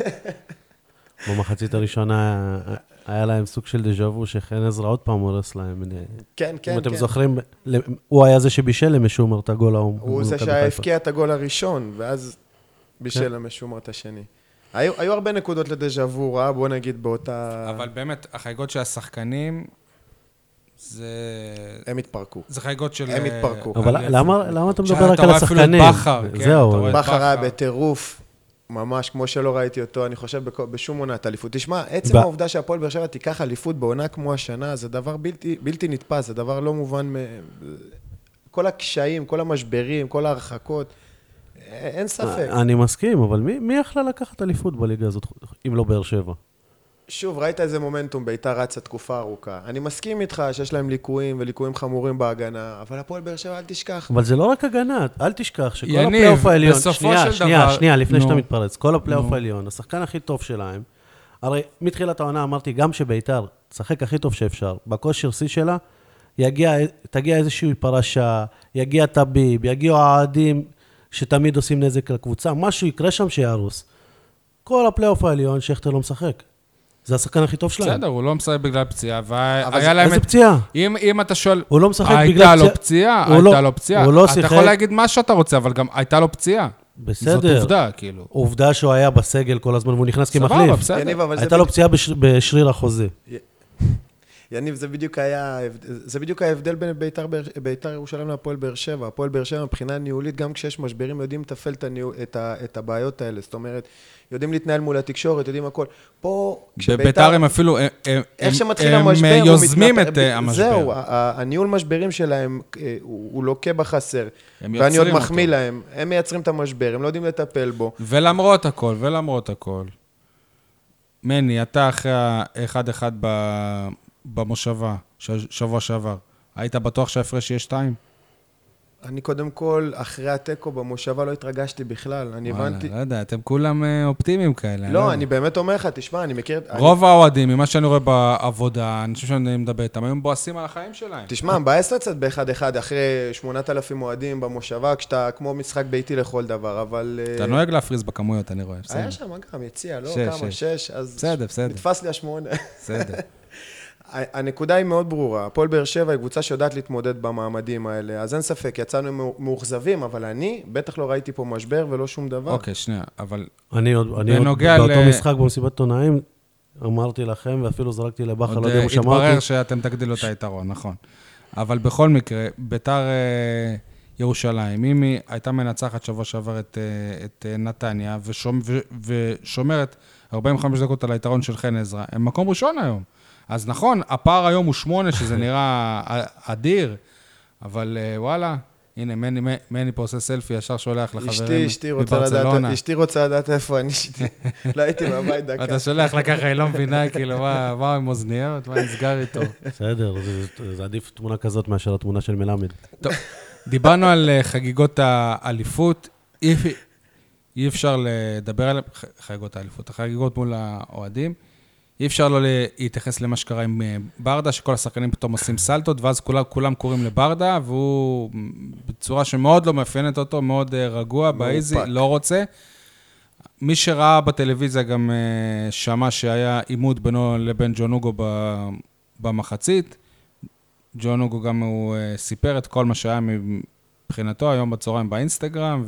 במחצית הראשונה היה להם סוג של דז'ה וו שחן עזרא עוד פעם הורס להם. כן, כן, אם אתם כן. זוכרים, הוא היה זה שבישל למשומר את הגול ההוא. הוא מול זה מכבי חיפה. שהבקיע את הגול הראשון, ואז בישל למשומר את השני. היו, היו הרבה נקודות לדז'ה וו, רע, בוא נגיד באותה... אבל באמת, החגיגות של השחקנים, זה... הם התפרקו. זה חגיגות של... הם התפרקו. אבל אה, למה למה אתה מדבר שאתה רק על רואה אפילו את השחקנים? בכר, כן, אתה זהו. רואה את בכר היה בכר. בטירוף, ממש כמו שלא ראיתי אותו, אני חושב בכ- בשום עונת אליפות. תשמע, עצם ב- העובדה שהפועל באר שבע תיקח אליפות בעונה כמו השנה, זה דבר בלתי, בלתי נתפס, זה דבר לא מובן מ... כל הקשיים, כל המשברים, כל ההרחקות, אין ספק. אני מסכים, אבל מי מי יכלה לקחת אליפות בליגה הזאת, אם לא באר שבע? שוב, ראית איזה מומנטום, ביתר רצה תקופה ארוכה. אני מסכים איתך שיש להם ליקויים וליקויים חמורים בהגנה, אבל הפועל באר שבע, אל תשכח. אבל זה לא רק הגנה, אל תשכח שכל יניב, הפלייאוף העליון, בסופו שנייה, של שנייה, דבר- שנייה, לפני נו. שאתה מתפרץ, כל הפלייאוף נו. העליון, השחקן הכי טוב שלהם, הרי מתחילת העונה אמרתי, גם שביתר תשחק הכי טוב שאפשר. בכושר שיא שלה, יגיע, תגיע איזושהי פרשה, יגיע טביב, יגיעו העדים שתמיד עושים נזק לקבוצה, משהו יקרה שם שיהרוס. כל הפלייאוף העליון, שכטר לא משחק. זה השחקן הכי טוב שלהם. בסדר, הוא לא משחק בגלל פציעה, והיה להם... איזה פציעה? אם, אם אתה שואל... הוא לא משחק בגלל הייתה לו פציעה, הייתה לו פציעה. הוא לא אתה שיחק... יכול להגיד מה שאתה רוצה, אבל גם הייתה לו פציעה. בסדר. זאת עובדה, כאילו. עובדה שהוא היה בסגל כל הזמן, והוא נכנס כמחליף. סבבה, בסדר. יניב, אבל זה הייתה לו בדיוק- פציעה בש- בשריר החוזה. יניב, זה בדיוק היה, זה בדיוק ההבדל בין בית"ר באר- בית"ר ירושלים להפועל באר שבע. הפועל באר שבע מבחינה ניהולית, גם כשיש משברים, יודעים לטפל את הניהול- את ה- את הבעיות האלה. זאת אומרת, יודעים להתנהל מול התקשורת, יודעים הכל. פה, בביתר הם אפילו, הם- הם- איך שמתחיל הם המשבר, הוא יוזמים מתנפל- את אה, המשבר. זהו, ה- ה- הניהול משברים שלהם, אה, הוא הוא לוקה בחסר. הם ואני עוד יוצרים מחמיא אותו. להם. הם מייצרים את המשבר, הם לא יודעים לטפל בו. ולמרות הכל, ולמרות הכל, מני, אתה אחרי ה-אחד אחד ב- במושבה, ש- שבוע שעבר, היית בטוח שההפרש יהיה שתיים? אני קודם כל, אחרי התיקו במושבה לא התרגשתי בכלל. אני וואלה, הבנתי... לא יודע, אתם כולם אה, אופטימיים כאלה. לא, אני באמת אומר לך, תשמע, אני מכיר... אני- רוב האוהדים, ממה שאני רואה בעבודה, אני חושב שאני מדבר איתם, הם בועסים על החיים שלהם. תשמע, מבאס לצאת באחד אחד אחרי שמונת אלפים אוהדים במושבה, כשאתה כמו משחק ביתי לכל דבר, אבל... אה, אתה נוהג להפריז בכמויות, אני רואה, בסדר. היה שם גם יציע, לא? שש, כמה? שש. שש? אז... בסדר, בסדר. נתפס לי השמונה. בסדר. הנקודה היא מאוד ברורה. הפועל באר שבע היא קבוצה שיודעת להתמודד במעמדים האלה, אז אין ספק, יצאנו מאוכזבים, אבל אני בטח לא ראיתי פה משבר ולא שום דבר. אוקיי, שנייה, אבל אני עוד, אני עוד בנוגע באותו ל- משחק במסיבת עיתונאים, אמרתי לכם, ואפילו זרקתי לבכר, לא עוד יודע אם הוא שמע התברר אותי. שאתם תגדילו את היתרון, נכון. אבל בכל מקרה, ביתר אה, ירושלים, אם היא הייתה מנצחת שבוע שעבר את, אה, את אה, נתניה, ושומ, ו, ושומרת ארבעים וחמש דקות על היתרון של חן עזרא, הם מקום ראשון היום. אז נכון, הפער היום הוא שמונה, שזה נראה אדיר, אבל אה, וואלה, הנה, מני, מני פה עושה סלפי, ישר שולח לחברים אשתי, אשתי רוצה לדעת, בברצלונה. אשתי רוצה לדעת איפה אני, אשתי, לא הייתי בבית דקה. אתה שולח לה ככה, היא לא מבינה, כאילו, מה, מה עם אוזניות, מה נסגר איתו. בסדר, זה- זה עדיף תמונה כזאת מאשר התמונה של מלמד. טוב, דיברנו על אה, חגיגות האליפות, אי, אי אפשר לדבר על ח- חגיגות האליפות, החגיגות מול האוהדים, אי אפשר לא להתייחס למה שקרה עם אה, ברדה, שכל השחקנים פתאום עושים סלטות, ואז כולם, כולם קוראים לברדה, והוא בצורה שמאוד לא מאפיינת אותו, מאוד אה, רגוע, באיזי, לא רוצה. מי שראה בטלוויזיה גם אה, שמע שהיה עימות בינו לבין ג'ון אוגו ב- במחצית, ג'ון אוגו גם הוא uh, סיפר את כל מה שהיה מבחינתו היום בצהריים באינסטגרם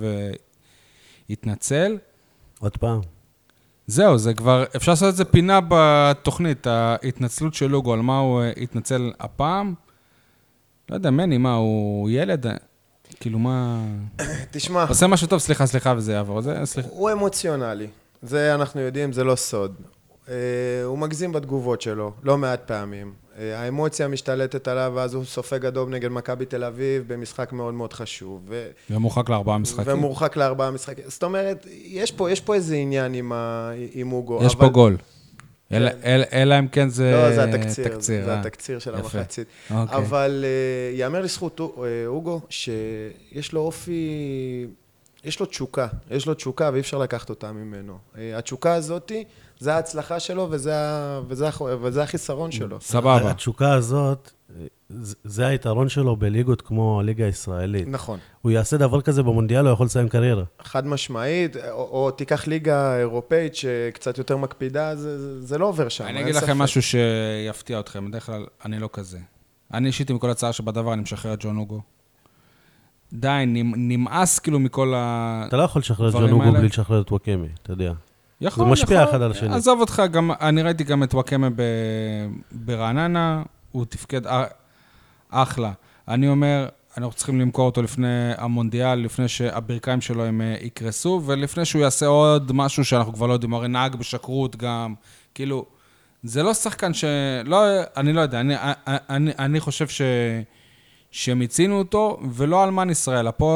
והתנצל. עוד פעם. זהו, זה כבר, אפשר לעשות את זה פינה בתוכנית, ההתנצלות של אוגו, על מה הוא uh, התנצל הפעם. לא יודע, מני, מה, הוא ילד? כאילו, מה... תשמע, עושה משהו טוב, סליחה, סליחה, וזה יעבור. זה, סליחה. הוא אמוציונלי, זה אנחנו יודעים, זה לא סוד. אה, הוא מגזים בתגובות שלו, לא מעט פעמים. אה, האמוציה משתלטת עליו, ואז הוא סופג אדום נגד מכבי תל אביב במשחק מאוד מאוד חשוב. ו... ומורחק לארבעה משחקים. ומורחק לארבעה משחקים. זאת אומרת, יש פה, יש פה איזה עניין עם, ה... עם אוגו. יש פה גול. אלא- אלא אלא אם כן זה לא, זה התקציר, תקציר, זה אה. התקציר של יפה. המחצית. אוקיי. אבל uh, יאמר לזכות uh, אוגו, שיש לו אופי, יש לו תשוקה, יש לו תשוקה ואי אפשר לקחת אותה ממנו. Uh, התשוקה הזאת, זה ההצלחה שלו וזה, ה- וזה, הח- וזה החיסרון שלו. סבבה. התשוקה הזאת, זה- זה היתרון שלו בליגות כמו הליגה הישראלית. נכון. הוא יעשה דבר כזה במונדיאל, הוא יכול לסיים קריירה. חד משמעית, או, או תיקח ליגה אירופאית שקצת יותר מקפידה, זה, זה, זה לא עובר שם. אני אין אגיד לכם ספק. משהו שיפתיע אתכם, בדרך כלל אני לא כזה. אני אישית עם כל הצעה שבדבר, אני משחרר את ג'ון אוגו. די, נמ- נמאס כאילו מכל ה... אתה לא יכול לשחרר את דברים ג'ון אוגו האלה? בלי לשחרר את וואקמי, אתה יודע. יכול, זה משפיע יכול. אחד על השני. עזוב אותך, גם, אני ראיתי גם את וואקמה ב... ברעננה, הוא תפקד א- אחלה. אני אומר, אנחנו צריכים למכור אותו לפני המונדיאל, לפני שהברכיים שלו הם אה, יקרסו, ולפני שהוא יעשה עוד משהו שאנחנו כבר לא יודעים, הרי נהג בשקרות גם, כאילו, זה לא שחקן ש... לא, אני לא יודע, אני, אני, אני חושב ש... שמיצינו אותו, ולא אלמן ישראל. הפועל,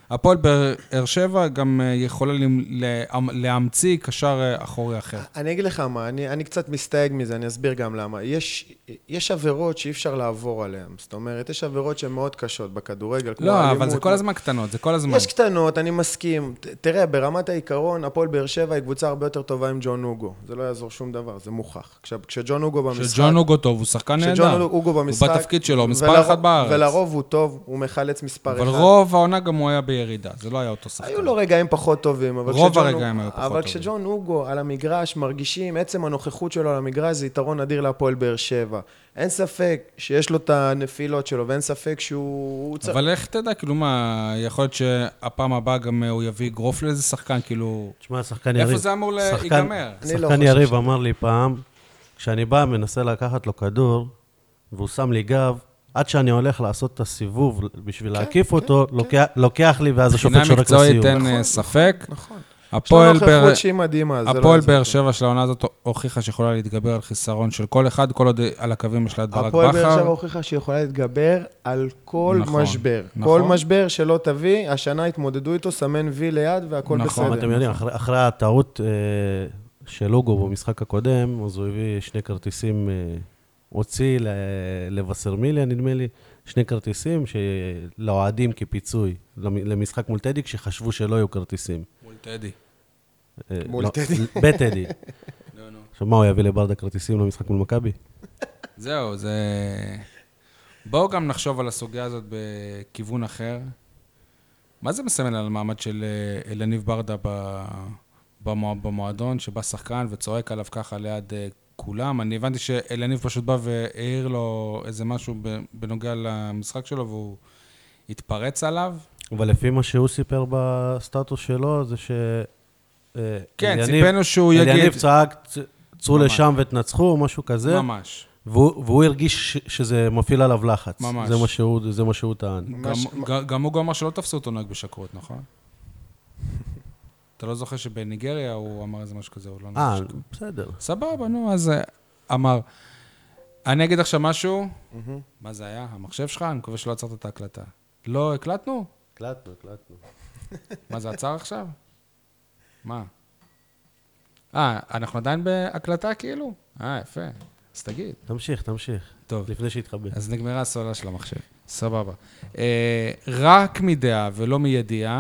הפועל באר שבע גם יכולה להמציא קשר אחורי אחר. אני אגיד לך מה, אני, אני קצת מסתייג מזה, אני אסביר גם למה. יש, יש עבירות שאי אפשר לעבור עליהן. זאת אומרת, יש עבירות שהן מאוד קשות בכדורגל, כמו לא, האלימות. אבל זה כל הזמן קטנות, זה כל הזמן. יש קטנות, אני מסכים. תראה, ברמת העיקרון, הפועל באר שבע היא קבוצה הרבה יותר טובה עם ג'ון אוגו. זה לא יעזור שום דבר, זה מוכח. כש, כשג'ון אוגו במשחק... כשג'ון אוגו טוב, הוא שחקן נהדר. כשג'ון אוגו במשחק... הוא בתפקיד שלו, מספר אחד בארץ. ולרוב הוא טוב, הוא מחלץ מספר אחד. אבל רוב העונה גם הוא היה בירידה, זה לא היה אותו שחקן. היו לו רגעים פחות טובים, אבל רוב כשג'ון, הרגעים היו פחות אבל טובים. כשג'ון אוגו על המגרש מרגישים, עצם הנוכחות שלו על המגרש זה יתרון אדיר להפועל באר שבע. אין ספק שיש לו את הנפילות שלו, ואין ספק שהוא... אבל איך תדע, כאילו מה, יכול להיות שהפעם הבאה גם הוא יביא גרוף לאיזה שחקן, כאילו... תשמע, שחקן יריב... איפה זה אמור להיגמר? שחקן יריב אמר לי פעם, כשאני בא, מנסה לקחת לו כדור, והוא שם לי גב, עד שאני הולך לעשות את הסיבוב בשביל להקיף אותו, לוקח לי, ואז השופט שורק לסיום. מבחינה מקצועית אין ספק. נכון. הפועל באר שבע של העונה הזאת הוכיחה שיכולה להתגבר על חיסרון של כל אחד, כל עוד על הקווים יש לה את ברק בכר. הפועל באר שבע הוכיחה שיכולה להתגבר על כל משבר. כל משבר שלא תביא, השנה התמודדו איתו, סמן וי ליד והכל בסדר. אתם יודעים, אחרי הטעות של אוגו במשחק הקודם, אז הוא הביא שני כרטיסים, הוציא לווסרמיליה, נדמה לי, שני כרטיסים שלאוהדים כפיצוי למשחק מול טדי, כשחשבו שלא יהיו כרטיסים. מול טדי. מול טדי. בטדי. עכשיו מה, הוא יביא לברדה כרטיסים למשחק מול מכבי? זהו, זה... בואו גם נחשוב על הסוגיה הזאת בכיוון אחר. מה זה מסמל על המעמד של אלניב ברדה במועדון, שבא שחקן וצועק עליו ככה ליד כולם? אני הבנתי שאלניב פשוט בא והעיר לו איזה משהו בנוגע למשחק שלו, והוא התפרץ עליו. אבל לפי מה שהוא סיפר בסטטוס שלו, זה ש... כן, ציפנו שהוא יגיד... אליניב צעק, צאו לשם ותנצחו, או משהו כזה. ממש. והוא הרגיש שזה מפעיל עליו לחץ. ממש. זה מה שהוא טען. גם הוא אמר שלא תפסו אותו נוהג בשקרות, נכון? אתה לא זוכר שבניגריה הוא אמר איזה משהו כזה, הוא לא אה, בסדר. סבבה, נו, אז אמר. אני אגיד עכשיו משהו, מה זה היה? המחשב שלך? אני מקווה שלא עצרת את ההקלטה. לא הקלטנו? הקלטנו, הקלטנו. מה זה עצר עכשיו? מה? אה, אנחנו עדיין בהקלטה כאילו? אה, יפה. אז תגיד. תמשיך, תמשיך. טוב. לפני שהתחבר. אז נגמרה הסוללה של המחשב. סבבה. אה, רק מדעה ולא מידיעה,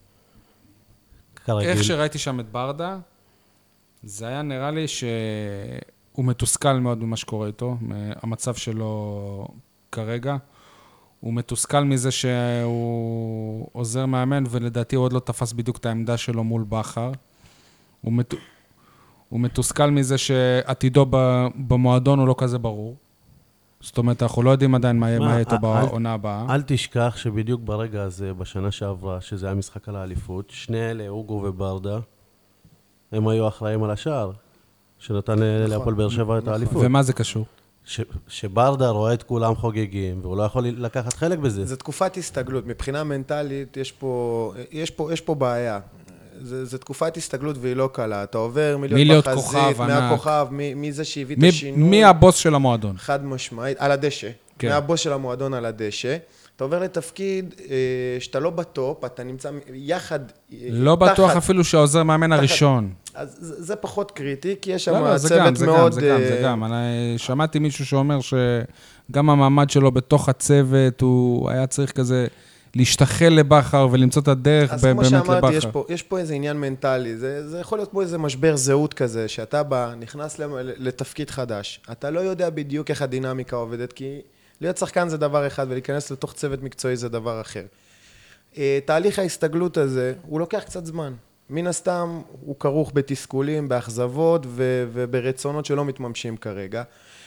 כרגיל. איך שראיתי שם את ברדה, זה היה נראה לי שהוא מתוסכל מאוד ממה שקורה איתו, המצב שלו כרגע. הוא מתוסכל מזה שהוא עוזר מאמן, ולדעתי הוא עוד לא תפס בדיוק את העמדה שלו מול בכר. הוא, מת... הוא מתוסכל מזה שעתידו במועדון הוא לא כזה ברור. זאת אומרת, אנחנו לא יודעים עדיין מה יהיה איתו בעונה הבאה. אל תשכח שבדיוק ברגע הזה, בשנה שעברה, שזה היה משחק על האליפות, שני אלה, אוגו וברדה, הם היו אחראים על השער, שנתן להפועל באר שבע את האליפות. ומה זה קשור? ש, שברדה רואה את כולם חוגגים, והוא לא יכול לקחת חלק בזה. זה תקופת הסתגלות. מבחינה מנטלית, יש פה, יש פה, יש פה בעיה. זה, זה תקופת הסתגלות והיא לא קלה. אתה עובר מלהיות בחזית, מהכוכב, מזה שהביא את השינוי. מי הבוס של המועדון? חד משמעית, על הדשא. כן. מהבוס של המועדון על הדשא. אתה עובר לתפקיד שאתה לא בטופ, אתה נמצא יחד... לא תחת, בטוח אפילו שהעוזר מאמן תחת, הראשון. אז זה, זה פחות קריטי, כי יש שם לא, לא, צוות גם, זה מאוד... גם, זה גם, זה גם. אני שמעתי מישהו שאומר שגם המעמד שלו בתוך הצוות, הוא היה צריך כזה להשתחל לבחר ולמצוא את הדרך באמת לבחר. אז כמו שאמרתי, יש פה, יש פה איזה עניין מנטלי, זה, זה יכול להיות פה איזה משבר זהות כזה, שאתה בא, נכנס לתפקיד חדש, אתה לא יודע בדיוק איך הדינמיקה עובדת, כי... להיות שחקן זה דבר אחד, ולהיכנס לתוך צוות מקצועי זה דבר אחר. תהליך ההסתגלות הזה, הוא לוקח קצת זמן. מן הסתם, הוא כרוך בתסכולים, באכזבות וברצונות שלא מתממשים כרגע.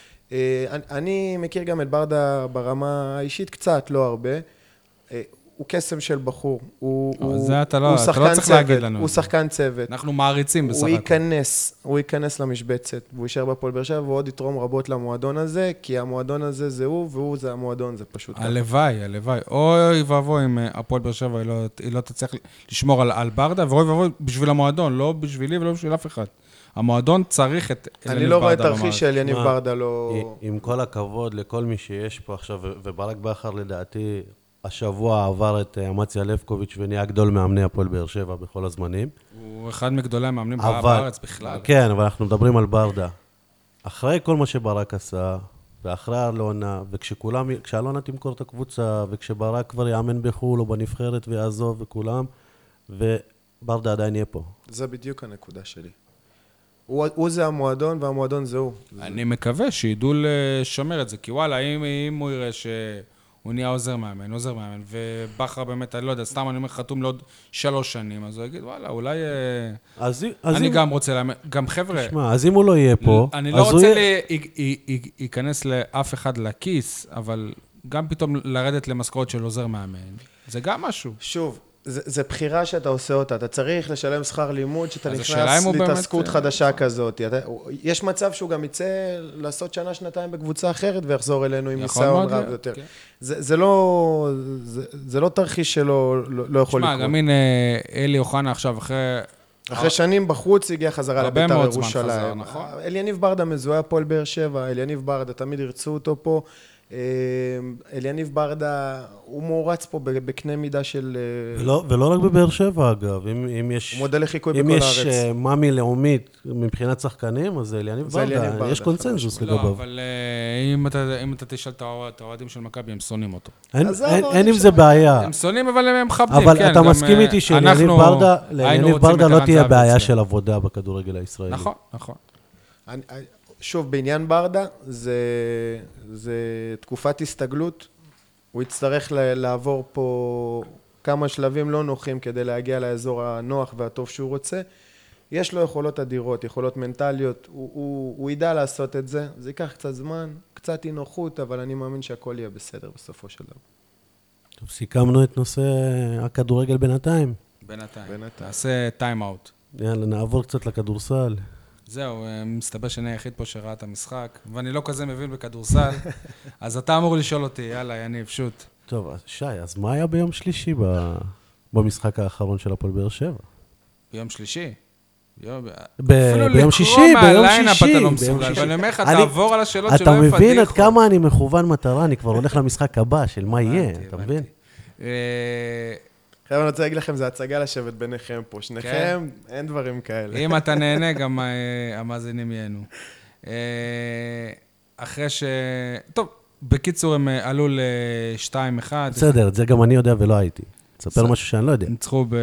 אני מכיר גם את ברדה ברמה האישית קצת, לא הרבה. הוא קסם של בחור. זה אתה לא צריך להגיד לנו. הוא שחקן צוות. אנחנו מעריצים בסך הכל. הוא ייכנס, הוא ייכנס למשבצת, והוא יישאר בפועל באר שבע, והוא עוד יתרום רבות למועדון הזה, כי המועדון הזה זה הוא, והוא זה המועדון, זה פשוט ככה. הלוואי, הלוואי. אוי ואבוי אם הפועל באר שבע היא לא תצליח לשמור על ברדה, ואוי ואבוי בשביל המועדון, לא בשבילי ולא בשביל אף אחד. המועדון צריך את אליניב ברדה. אני לא רואה את תרחיש של אליניב ברדה לא... עם כל הכבוד לכל מי שיש פה עכשיו, וברק בכר לדעתי... השבוע עבר את אמציה לבקוביץ' ונהיה גדול מאמני הפועל באר שבע בכל הזמנים. הוא אחד מגדולי המאמנים אבל- בארץ בכלל. כן, אבל אנחנו מדברים על ברדה. אחרי כל מה שברק עשה, ואחרי אלונה, וכשכולם, כשאלונה תמכור את הקבוצה, וכשברק כבר יאמן בחו"ל או בנבחרת ויעזוב וכולם, וברדה עדיין יהיה פה. זה בדיוק הנקודה שלי. הוא, הוא זה המועדון, והמועדון זה הוא. אני מקווה שידעו לשמר את זה, כי וואלה, אם, אם הוא יראה שהוא נהיה עוזר מאמן, עוזר מאמן, ובחר באמת, אני לא יודע, סתם אני אומר חתום לעוד שלוש שנים, אז הוא יגיד, וואלה, אולי... אה, אז, אז אני אם, גם רוצה לאמן, גם חבר'ה, תשמע, אז אם הוא לא יהיה פה, אני אז לא הוא רוצה יהיה... להיכנס לאף אחד לכיס, אבל גם פתאום לרדת למשכורת של עוזר מאמן, זה גם משהו. שוב, זה, זה בחירה שאתה עושה אותה. אתה צריך לשלם שכר לימוד, שאתה אז השאלה אם נכנס הוא באמת- להתעסקות חדשה כזאת. אתה, יש מצב שהוא גם יצא לעשות שנה, שנתיים בקבוצה אחרת, ויחזור אלינו עם יכול ניסיון מאוד רב להיות, יותר. כן. זה, זה לא, זה, זה לא תרחיש שלא לא, לא יכול שמע, לקרות. גם הנה אלי אוחנה עכשיו, אחרי... אחרי שנים בחוץ הגיע חזרה הרבה לביתר מאוד זמן ירושלים. חזר, נכון. אליניב ברדה מזוהה הפועל באר שבע, אליניב ברדה, תמיד ירצו אותו פה. אליניב ברדה, הוא מאורץ פה בקנה מידה של... ולא, ולא רק בבאר שבע, אגב. אם, אם יש, הוא מודל לחיקוי אם בכל יש הארץ. אה, מאמי לאומית מבחינת שחקנים, אז זה אליניב זה אליניב ברדה. ברדה, יש קונצנזוס לא, לגביו. אבל אה, אם אתה, אם אתה תשאל את האוהד- את האוהדים של מכבי, הם שונאים אותו. אין, עזוב, אין, אבל אין עם יש זה שם- בעיה. הם שונאים, אבל הם מכבדים, אבל כן. אתה גם, מסכים אה, איתי שאליניב אנחנו ברדה, היינו לאליניב רוצים ברדה את לא ערן תהיה זהבי בעיה אצלנו. של עבודה בכדורגל הישראלי. נכון, נכון. אני- שוב, בעניין ברדה, זה, זה תקופת הסתגלות. הוא יצטרך ל- לעבור פה כמה שלבים לא נוחים כדי להגיע לאזור הנוח והטוב שהוא רוצה. יש לו יכולות אדירות, יכולות מנטליות, הוא, הוא, הוא ידע לעשות את זה. זה ייקח קצת זמן, קצת אי נוחות, אבל אני מאמין שהכל יהיה בסדר בסופו של דבר. טוב, סיכמנו את נושא הכדורגל בינתיים. בינתיים. בינתיים. נעשה טיים אאוט. יאללה, נעבור קצת לכדורסל. זהו, אה, מסתבר שאני היחיד פה שראה את המשחק, ואני לא כזה מבין בכדורסל, אז אתה אמור לשאול אותי, יאללה, יניב, שוט. טוב, אז שי, אז מה היה ביום שלישי ב... במשחק האחרון של הפועל באר שבע? ביום שלישי. יום- ב- אפילו ביום לקרוא שישי, ביום מהליינאפ שישי, אתה לא ביום מסוגל, שישי. ואני אומר לך, אני- תעבור על השאלות שלא אתה יפדיחו. מבין עד כמה אני מכוון מטרה, אני כבר הולך למשחק הבא של מה יהיה, הבנתי, אתה הבנתי. מבין? אה, עכשיו אני רוצה להגיד לכם, זה הצגה לשבת ביניכם פה. שניכם, אין דברים כאלה. אם אתה נהנה, גם אה, המאזינים ייהנו. אה, אחרי ש... טוב, בקיצור, הם אה, עלו ל-שתיים אחד. בסדר, את זה גם אני יודע ולא הייתי. תספר בסדר. משהו שאני לא יודע. ניצחו ב...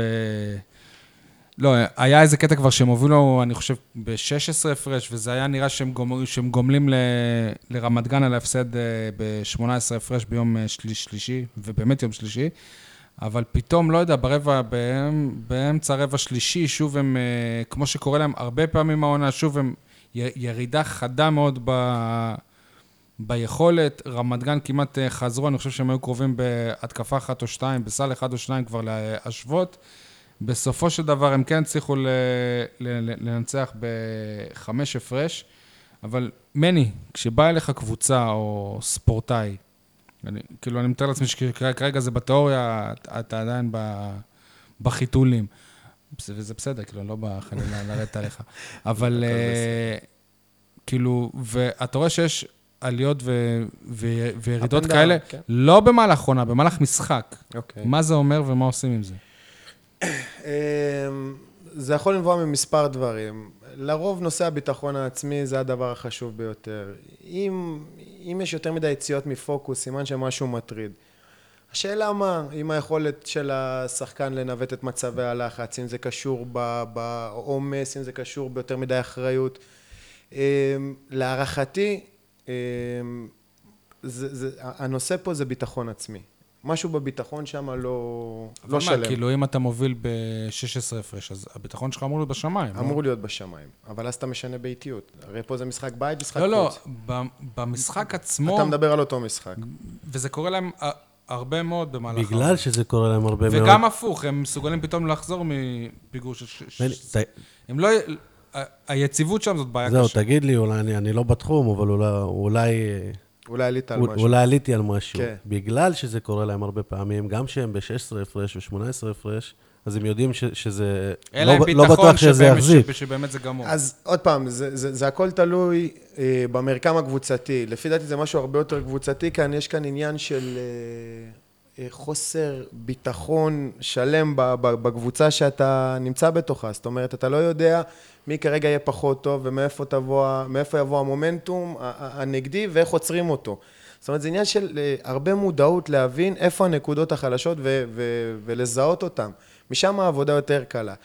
לא, היה איזה קטע כבר שהם הובילו, אני חושב, ב-שש עשרה הפרש, וזה היה נראה שהם, גומ... שהם גומלים ל... לרמת גן על ההפסד אה, ב-שמונה עשרה הפרש ביום אה, של... שלישי, ובאמת יום שלישי, אבל פתאום, לא יודע, ברבע, באמ... באמצע רבע שלישי, שוב הם, אה, כמו שקורה להם הרבה פעמים העונה, שוב הם י... ירידה חדה מאוד ב... ביכולת, רמת גן כמעט אה, חזרו, אני חושב שהם היו קרובים בהתקפה אחת או שתיים, בסל אחד או שניים כבר להשוות, בסופו של דבר הם כן הצליחו ל- ל- ל- לנצח בחמש הפרש, אבל מני, כשבא אליך קבוצה או ספורטאי, אני, כאילו אני מתאר לעצמי שכרגע זה בתיאוריה, אתה, אתה עדיין ב, בחיתולים, וזה בסדר, כאילו אני לא בא חלילה לרדת עליך, אבל uh, כאילו, ואתה רואה שיש עליות ו- ו- וירידות Up and down, כאלה, כן. לא במהלך עונה, במהלך משחק. אוקיי. מה זה אומר ומה עושים עם זה? אמ, זה יכול לנבוע ממספר דברים. לרוב נושא הביטחון העצמי זה הדבר החשוב ביותר. אם, אם יש יותר מדי יציאות מפוקוס, סימן שמשהו מטריד. השאלה מה, אם היכולת של השחקן לנווט את מצבי הלחץ, אם זה קשור ב- בעומס, אם זה קשור ביותר מדי אחריות. אמ, להערכתי, אמ, זה, זה, הנושא פה זה ביטחון עצמי. משהו בביטחון שם לא, לא אבל מה, שלם. כאילו, אם אתה מוביל ב-שש עשרה הפרש, אז הביטחון שלך אמור להיות בשמיים. אמור להיות בשמיים, אבל אז אתה משנה באיטיות. הרי פה זה משחק בית, משחק לא, לא, חוץ. ב- במשחק עצמו, אתה מדבר על אותו משחק. וזה קורה להם ה- הרבה מאוד במהלך. בגלל העונה. שזה קורה להם הרבה מאוד. וגם הפוך, הם מסוגלים פתאום לחזור מפיגור של... ש- בני, ש- ת- הם לא... ה- היציבות שם זאת בעיה זהו, קשה. תגיד לי, אולי אני, אני לא בתחום, אבל אולי, אולי, אולי עלית על אולי, משהו. אולי עליתי על משהו. כן. בגלל שזה קורה להם הרבה פעמים, גם שהם ב-שש עשרה הפרש ו-שמונה עשרה הפרש, אז הם יודעים ש, שזה... אלא לא, עם לא ביטחון בטוח שזה שבאמת- יחזיק. שבאמת זה גמור. אז עוד פעם, זה, זה, זה הכל תלוי אה, במרקם הקבוצתי. לפי דעתי זה משהו הרבה יותר קבוצתי, כאן יש כאן עניין של... אה, חוסר ביטחון שלם בקבוצה שאתה נמצא בתוכה. זאת אומרת, אתה לא יודע מי כרגע יהיה פחות טוב ומאיפה תבוא, מאיפה יבוא המומנטום הנגדי ואיך עוצרים אותו. זאת אומרת, זה עניין של הרבה מודעות להבין איפה הנקודות החלשות ו- ו- ולזהות אותן. משם העבודה יותר קלה.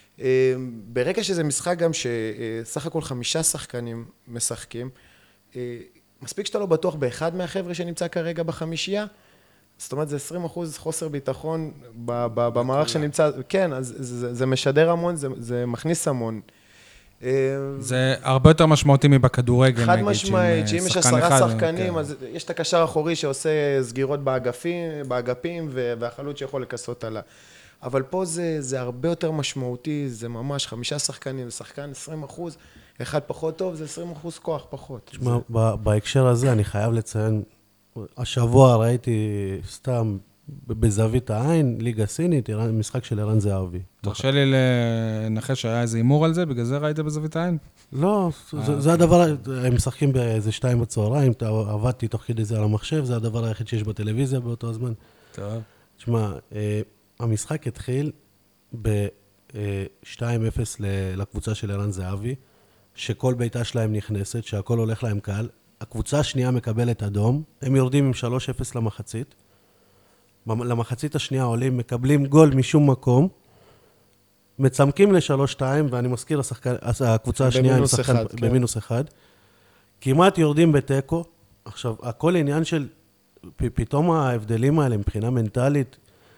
ברגע שזה משחק גם שסך הכל חמישה שחקנים משחקים, מספיק שאתה לא בטוח באחד מהחבר'ה שנמצא כרגע בחמישייה, זאת אומרת, זה עשרים אחוז חוסר ביטחון במערך שנמצא, כן, אז זה, זה משדר המון, זה, זה מכניס המון. זה הרבה יותר משמעותי מבכדורגל, חד משמעית, שאם יש עשרה שחקנים, אז יש את הקשר האחורי שעושה סגירות באגפים, באגפים והחלוץ שיכול לכסות עליו. אבל פה זה, זה הרבה יותר משמעותי, זה ממש חמישה שחקנים, שחקן עשרים אחוז, אחד פחות טוב, זה עשרים אחוז כוח פחות. תשמע, זה... בהקשר הזה אני חייב לציין, השבוע ראיתי סתם בזווית העין, ליגה סינית, משחק של ערן זהבי. תרשה לי לנחש שהיה איזה אימור על זה, בגלל זה ראית בזווית העין? לא, זה, זה הדבר, הם משחקים באיזה שתיים בצהריים, עבדתי תוך כדי זה על המחשב, זה הדבר היחיד שיש בטלוויזיה באותו הזמן. טוב. תשמע, המשחק התחיל ב-שתיים אפס לקבוצה של ערן זהבי, שכל ביתה שלהם נכנסת, שהכל הולך להם קל, הקבוצה השנייה מקבלת אדום, הם יורדים עם שלוש אפס למחצית, למחצית השנייה עולים, מקבלים גול משום מקום, מצמקים ל-שלוש שתיים, ואני מזכיר, השחקן, הקבוצה השנייה עם שחקן אחד, במינוס כן. אחד, כמעט יורדים בטקו, עכשיו, הכל עניין של, פ- פתאום ההבדלים האלה מבחינה מנטלית,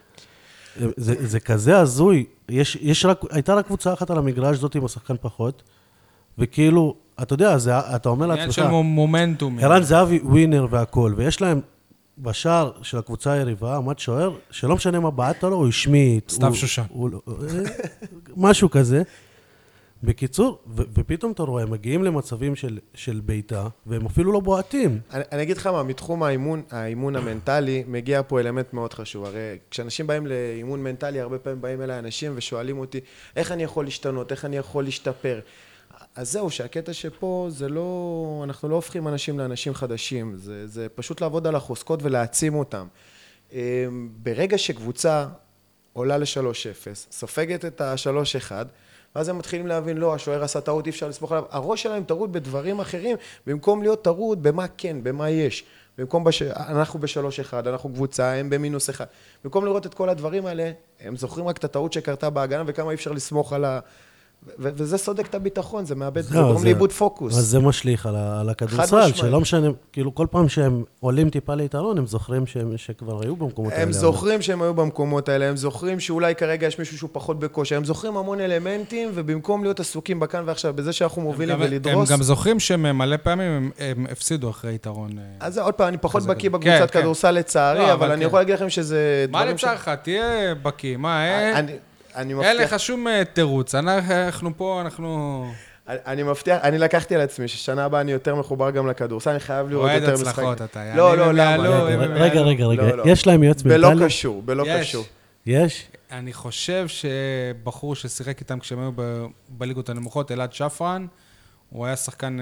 זה, זה כזה הזוי, יש, יש רק, הייתה רק קבוצה אחת על המגרש, זאת עם השחקן פחות, וכאילו, אתה יודע, זה, אתה אומר לעצמך, עניין של מומנטום. ערן זהבי ווינר והכל, ויש להם בשער של הקבוצה היריבה, עמד שוער, שלא משנה מה בעט לו, הוא השמיט. סתיו שושן. משהו כזה. בקיצור, ו- ופתאום אתה רואה, הם מגיעים למצבים של, של ביתה, והם אפילו לא בועטים. אני, אני אגיד לך מה, מתחום האימון, האימון המנטלי, מגיע פה אלמנט מאוד חשוב. הרי כשאנשים באים לאימון מנטלי, הרבה פעמים באים אליי אנשים ושואלים אותי, איך אני יכול להשתנות, איך אני יכול להשתפר. אז זהו, שהקטע שפה זה לא, אנחנו לא הופכים אנשים לאנשים חדשים, זה, זה פשוט לעבוד על החוזקות ולהעצים אותם. ברגע שקבוצה עולה ל-שלוש אפס, סופגת את ה-שלוש אחד, ואז הם מתחילים להבין, לא, השוער עשה טעות, אי אפשר לסמוך עליו. הראש שלהם טרוד בדברים אחרים, במקום להיות טרוד במה כן, במה יש. במקום בש... אנחנו ב-שלוש אחד, אנחנו קבוצה, הם במינוס אחד. במקום לראות את כל הדברים האלה, הם זוכרים רק את הטעות שקרתה בהגנה, וכמה אי אפשר לסמוך על ה... ו- וזה סודק את הביטחון, זה מאבד, זה גורם לאיבוד פוקוס. אז זה משליך על, ה- על הכדורסל, שלא משנה, כאילו כל פעם שהם עולים טיפה ליתרון, הם זוכרים שהם, שכבר היו במקומות האלה. הם זוכרים שהם היו במקומות האלה, הם זוכרים שאולי כרגע יש מישהו שהוא פחות בכושר, הם זוכרים המון אלמנטים, ובמקום להיות עסוקים בכאן ועכשיו, בזה שאנחנו מובילים ולדרוס... הם גם זוכרים שהם מלא פעמים, הם, הם הפסידו אחרי יתרון. אז עוד פעם, אני פחות בקיא בקבוצת כדורסל לצערי, לא, אבל כן. אני יכול להגיד לכם שזה... מה לצערך? תהיה בקיא, מה, אני... אני אין לך שום תירוץ, אנחנו פה, אנחנו... אני מבטיח, אני לקחתי על עצמי ששנה הבאה אני יותר מחובר גם לכדורסל, אני חייב לראות יותר משחק. אוהד הצלחות אתה, לא, לא, למה? רגע, רגע, רגע, יש להם יועץ מנטלי? בלא קשור, בלא קשור. יש? אני חושב שבחור ששיחק איתם כשהם היו בליגות הנמוכות, אלעד שפרן, הוא היה שחקן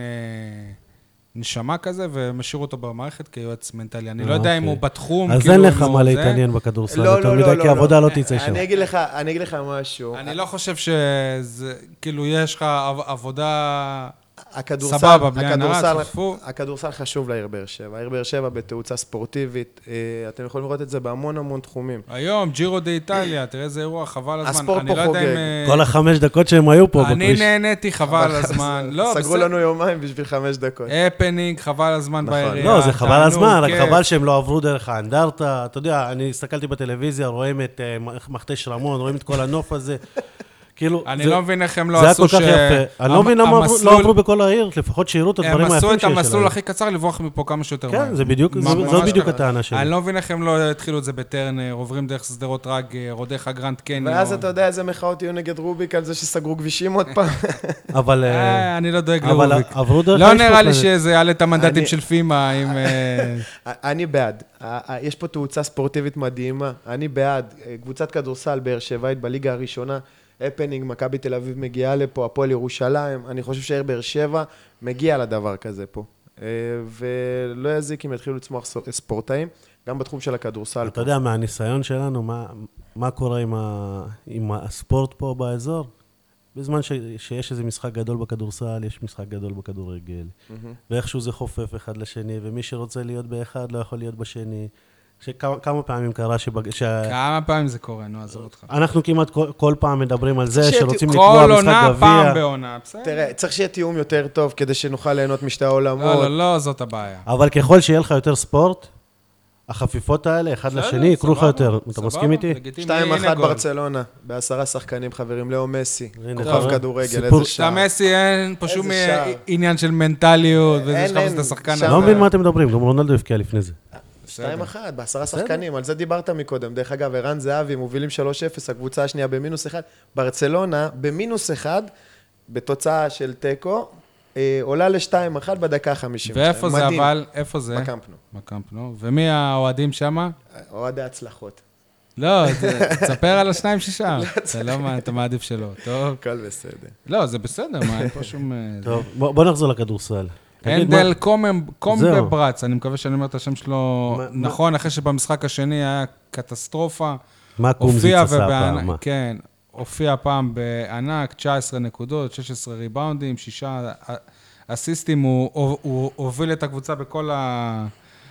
נשמה כזה, ומשאיר אותו במערכת כיועץ מנטלי. אני לא יודע אם הוא בתחום, אז אין לך מה להתעניין בכדורסל, יותר מדי, כי העבודה לא תצא שם. אני אגיד לך, אני אגיד לך משהו. אני לא חושב שזה, כאילו, יש לך עבודה הכדורסל, סבבה, בלי הנהרה, צפו. הכדורסל חשוב לעיר באר שבע. העיר באר שבע בתאוצה ספורטיבית, אתם יכולים לראות את זה בהמון המון תחומים. היום, ג'ירו דה איטליה, תראה איזה אירוע, חבל הזמן. הספורט פה חוגג. כל החמש דקות שהם היו פה אני נהניתי, חבל הזמן. סגרו לנו יומיים בשביל חמש דקות. הפנינג, חבל הזמן בעירייה. לא, זה חבל הזמן, רק חבל שהם לא עברו דרך האנדרטה. אתה יודע, אני הסתכלתי בטלוויזיה, רואים את מכתש רמון, רואים את כל הנוף הזה. כאילו, אני לא מבין איך הם לא עשו עשו ש... זה היה כל כך יפה. אני לא מבין למה לא עברו בכל העיר, לפחות שיראו את הדברים היפים שיש הם שלהם. עשו את המסלול הכי קצר לברוח מפה כמה שיותר מהר. כן, זה בדיוק, זאת בדיוק הטענה שלי. אני לא מבין איך הם לא התחילו את זה בטרנר, עוברים דרך סדרות רג, רודך הגרנד קניון. ואז אתה יודע איזה מחאות יהיו נגד רוביק על זה שסגרו כבישים עוד פעם. אבל... אני לא דואג לרוביק. עברו דרך... לא נראה לי שזה יעלה את המנדטים של פימה עם... אני בעד. יש פה תאוצה ספורטיבית מדהימה. אני בעד. קבוצת כדורסל באר שבעית בליגה הראשונה. הפנינג, מכבי תל אביב מגיעה לפה, הפועל ירושלים, אני חושב שהעיר באר שבע מגיע לדבר כזה פה. ולא יזיק אם יתחילו לצמוח ספורטאים, גם בתחום של הכדורסל. אתה יודע, מהניסיון שלנו, מה, מה קורה עם, ה, עם הספורט פה באזור? בזמן ש, שיש איזה משחק גדול בכדורסל, יש משחק גדול בכדורגל. Mm-hmm. ואיכשהו זה חופף אחד לשני, ומי שרוצה להיות באחד לא יכול להיות בשני. שכמה, כמה פעמים קרה שבג... ש... כמה פעמים זה קורה, נו, עזוב אותך. אנחנו כמעט כל, כל פעם מדברים על זה, שרוצים כל לקבוע משחק עונה, גביע. פעם בעונה, בסדר. תראה, צריך שיהיה תיאום יותר טוב, כדי שנוכל ליהנות משתי העולמות. לא, לא, לא, זאת הבעיה. אבל ככל שיהיה לך יותר ספורט, החפיפות האלה, אחד בסדר, לשני, יקרו לך סבבה, יותר. אתה סבבה, מסכים איתי? לגיטימי, שתיים הנה אחת גול. ברצלונה, בעשרה שחקנים חברים, לאו מסי, הנה, כוכב טוב. כדורגל, סיפור- איזה שער. למסי אין פה איזה שום שער. עניין של מנטליות, וזה אין, שלך אין, את השחקן. שם- הזה. לא מבין מה אתם מדברים, גם רונלדו הבקיע לפני זה. שתיים אחת, בעשרה בסדר. שחקנים, על זה דיברת מקודם. דרך אגב, ערן זהבי מובילים שלוש אפס, הקבוצה השנייה במינוס אחד. ברצלונה, במינוס אחד, בתוצאה של טקו, אה, עולה ל-שתיים אחת בדקה חמישים. ואיפה זה אבל? איפה זה? בקמפנו. בקמפנו. ומי האוהדים שם? אוהדי הצלחות. לא, ת- תספר על השניים ששם. אתה לא מה, אתה מעדיף שלא. טוב. הכל בסדר. לא, זה בסדר, מה, אין פה שום... אה, טוב, בוא בוא נחזור לכדורסל. תגיד, הנדל מה- קומבברץ, אני מקווה שאני אומר את השם שלו מה- נכון, אחרי שבמשחק השני היה קטסטרופה. מה קומזיץ הופיע עשה ובענק- הפעם? מה? כן, הופיע פעם בענק, תשע עשרה נקודות, שש עשרה ריבאונדים, שישה אסיסטים, הוא הוא הוביל את הקבוצה בכל ה-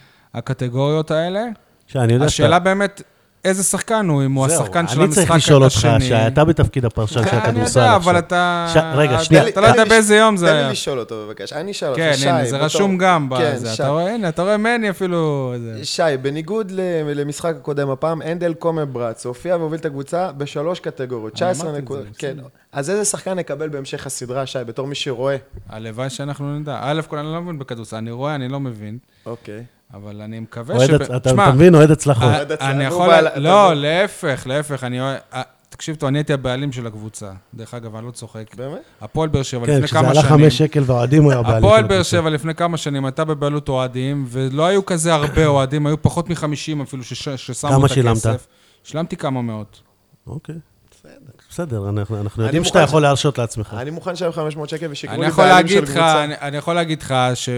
הקטגוריות האלה. שאני יודע השאלה באמת, איזה שחקן הוא, אם הוא זהו, השחקן של אני צריך המשחק לשאול אותך, השני. שאתה בתפקיד הפרשן של אני הכדורסל יודע, עכשיו. אבל אתה... ש- רגע, אתה- שנייה. אתה לא יודע תן לי- באיזה יום זה תן היה. לי לשאול אותו בבקשה. אני אשאל אותך, כן, שי. הנה, זה בתור- רשום גם כן, בזה. שי. אתה רואה, הנה, אתה רואה מני אפילו... זה. שי, בניגוד ל- למשחק הקודם הפעם, הנדל קומברץ הופיע והוביל את הקבוצה בשלוש קטגוריות, תשע עשרה אמרתי את זה, נקודות. כן. אז איזה שחקן נקבל בהמשך הסדרה, שי, בתור מי שרואה? הלוואי שאנחנו נדע. א' כל אני לא מבין בכדורסל, אני רואה, אני לא מבין, אוקיי. אבל אני מקווה אוהד שב... הצ- אתה אתה מבין, אוהד הצלחות. אה, אוהד הצלחה, אני הוא יכול... בעל- לה- אתה לא, מבין? להפך, להפך, אני אוהב... אה, תקשיב טוב, אני הייתי הבעלים של הקבוצה. דרך אגב, אני לא צוחק. באמת? הפועל באר שבע כן, לפני כשזה כמה עלה שנים. חמש שקל והאוהדים הוא היה בעלים. הפועל של באר הקבוצה. שבע לפני כמה שנים הייתה בבעלות אוהדים, ולא היו כזה הרבה אוהדים, היו פחות מחמישים אפילו שש- ששמו כמה את שילמת? הכסף. שילמתי כמה מאות. אוקיי. בסדר, אנחנו אנחנו אני יודעים שאתה מוכן יכול להרשות לעצמך. אני מוכן לשלם חמש מאות שקל ושיקרו אני לי יכול בעלים של להגיד לך, קבוצה. אני, אני יכול להגיד לך ש...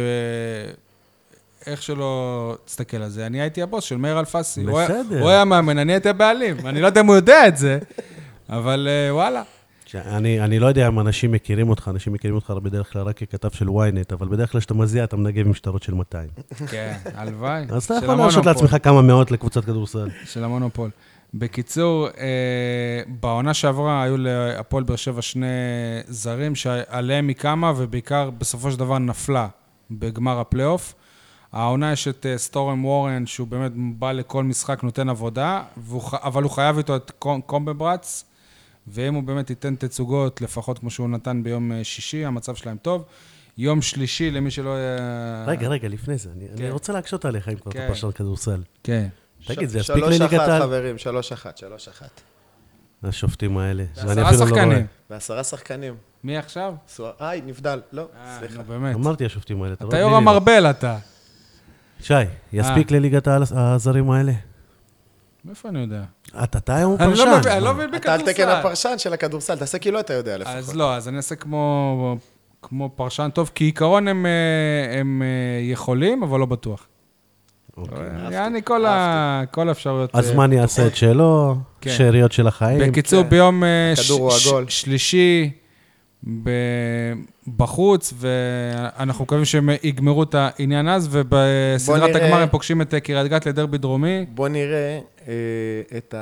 איך שלא תסתכל על זה, אני הייתי הבוס של מאיר אלפסי. הוא היה- בסדר. הוא היה מאמן, אני הייתי הבעלים. אני לא יודע אם הוא יודע את זה, אבל אה, וואלה. אני אני לא יודע אם אנשים מכירים אותך, אנשים מכירים אותך בדרך כלל רק ככתב של ynet, אבל בדרך כלל כשאתה מזיע, אתה מנגב עם שטרות של מאתיים. כן, הלוואי. אז אתה של יכול להרשות המונופול. לעצמך כמה מאות לקבוצת כדורסל. של המונופול. בקיצור, אה, בעונה שעברה היו להפועל באר שבע שני זרים שעליהם היא קמה, ובעיקר בסופו של דבר נפלה בגמר הפלייאוף. העונה יש את אה, סטורם וורן, שהוא באמת בא לכל משחק, נותן עבודה, והוא, ח- אבל הוא חייב איתו את קום- קומברץ, ואם הוא באמת ייתן תצוגות, לפחות כמו שהוא נתן ביום אה, שישי, המצב שלהם טוב. יום שלישי, למי שלא... אה, רגע, רגע, לפני זה, אני- אני כן. רוצה להקשות עליך אם כבר אתה כן. פרשן כדורסל. כן. תגיד, ש- זה יספיק שלוש לליגת אחת, העל? חברים, שלוש אחת, שלוש אחת. השופטים האלה. ואני עשרה אפילו לא רואה. שחקנים. ועשרה שחקנים. מי עכשיו? סוע- איי, נבדל. לא, אה, סליחה. נו, באמת. אמרתי השופטים האלה. אתה רואה? יורם בלי לראות. ארבל, אתה. שי, יספיק לליגת העל הזרים האלה? מאיפה אני יודע? אתה אתה היום אני פרשן. לא מבין, אני לא מבין אתה על תקן בכדורסל. הפרשן של הכדורסל, תעשה כאילו אתה יודע לפחות. אז לא, אז אני אעשה כמו, כמו פרשן טוב, כי עיקרון הם, אה, הם אה, יכולים, אבל לא בטוח. אוקיי. יעני כל ה- כל האפשרויות. אה, הזמן יעשה את שלו, כן. שאריות של החיים. בקיצור, כן. ביום אה, הכדור הוא ש- עגול. ש- שלישי ב- בחוץ, ואנחנו מקווים שהם יגמרו את העניין אז, ובסדרת נראה. הגמר הם פוגשים את אה, קריית גת לדרבי דרומי. בוא נראה אה, את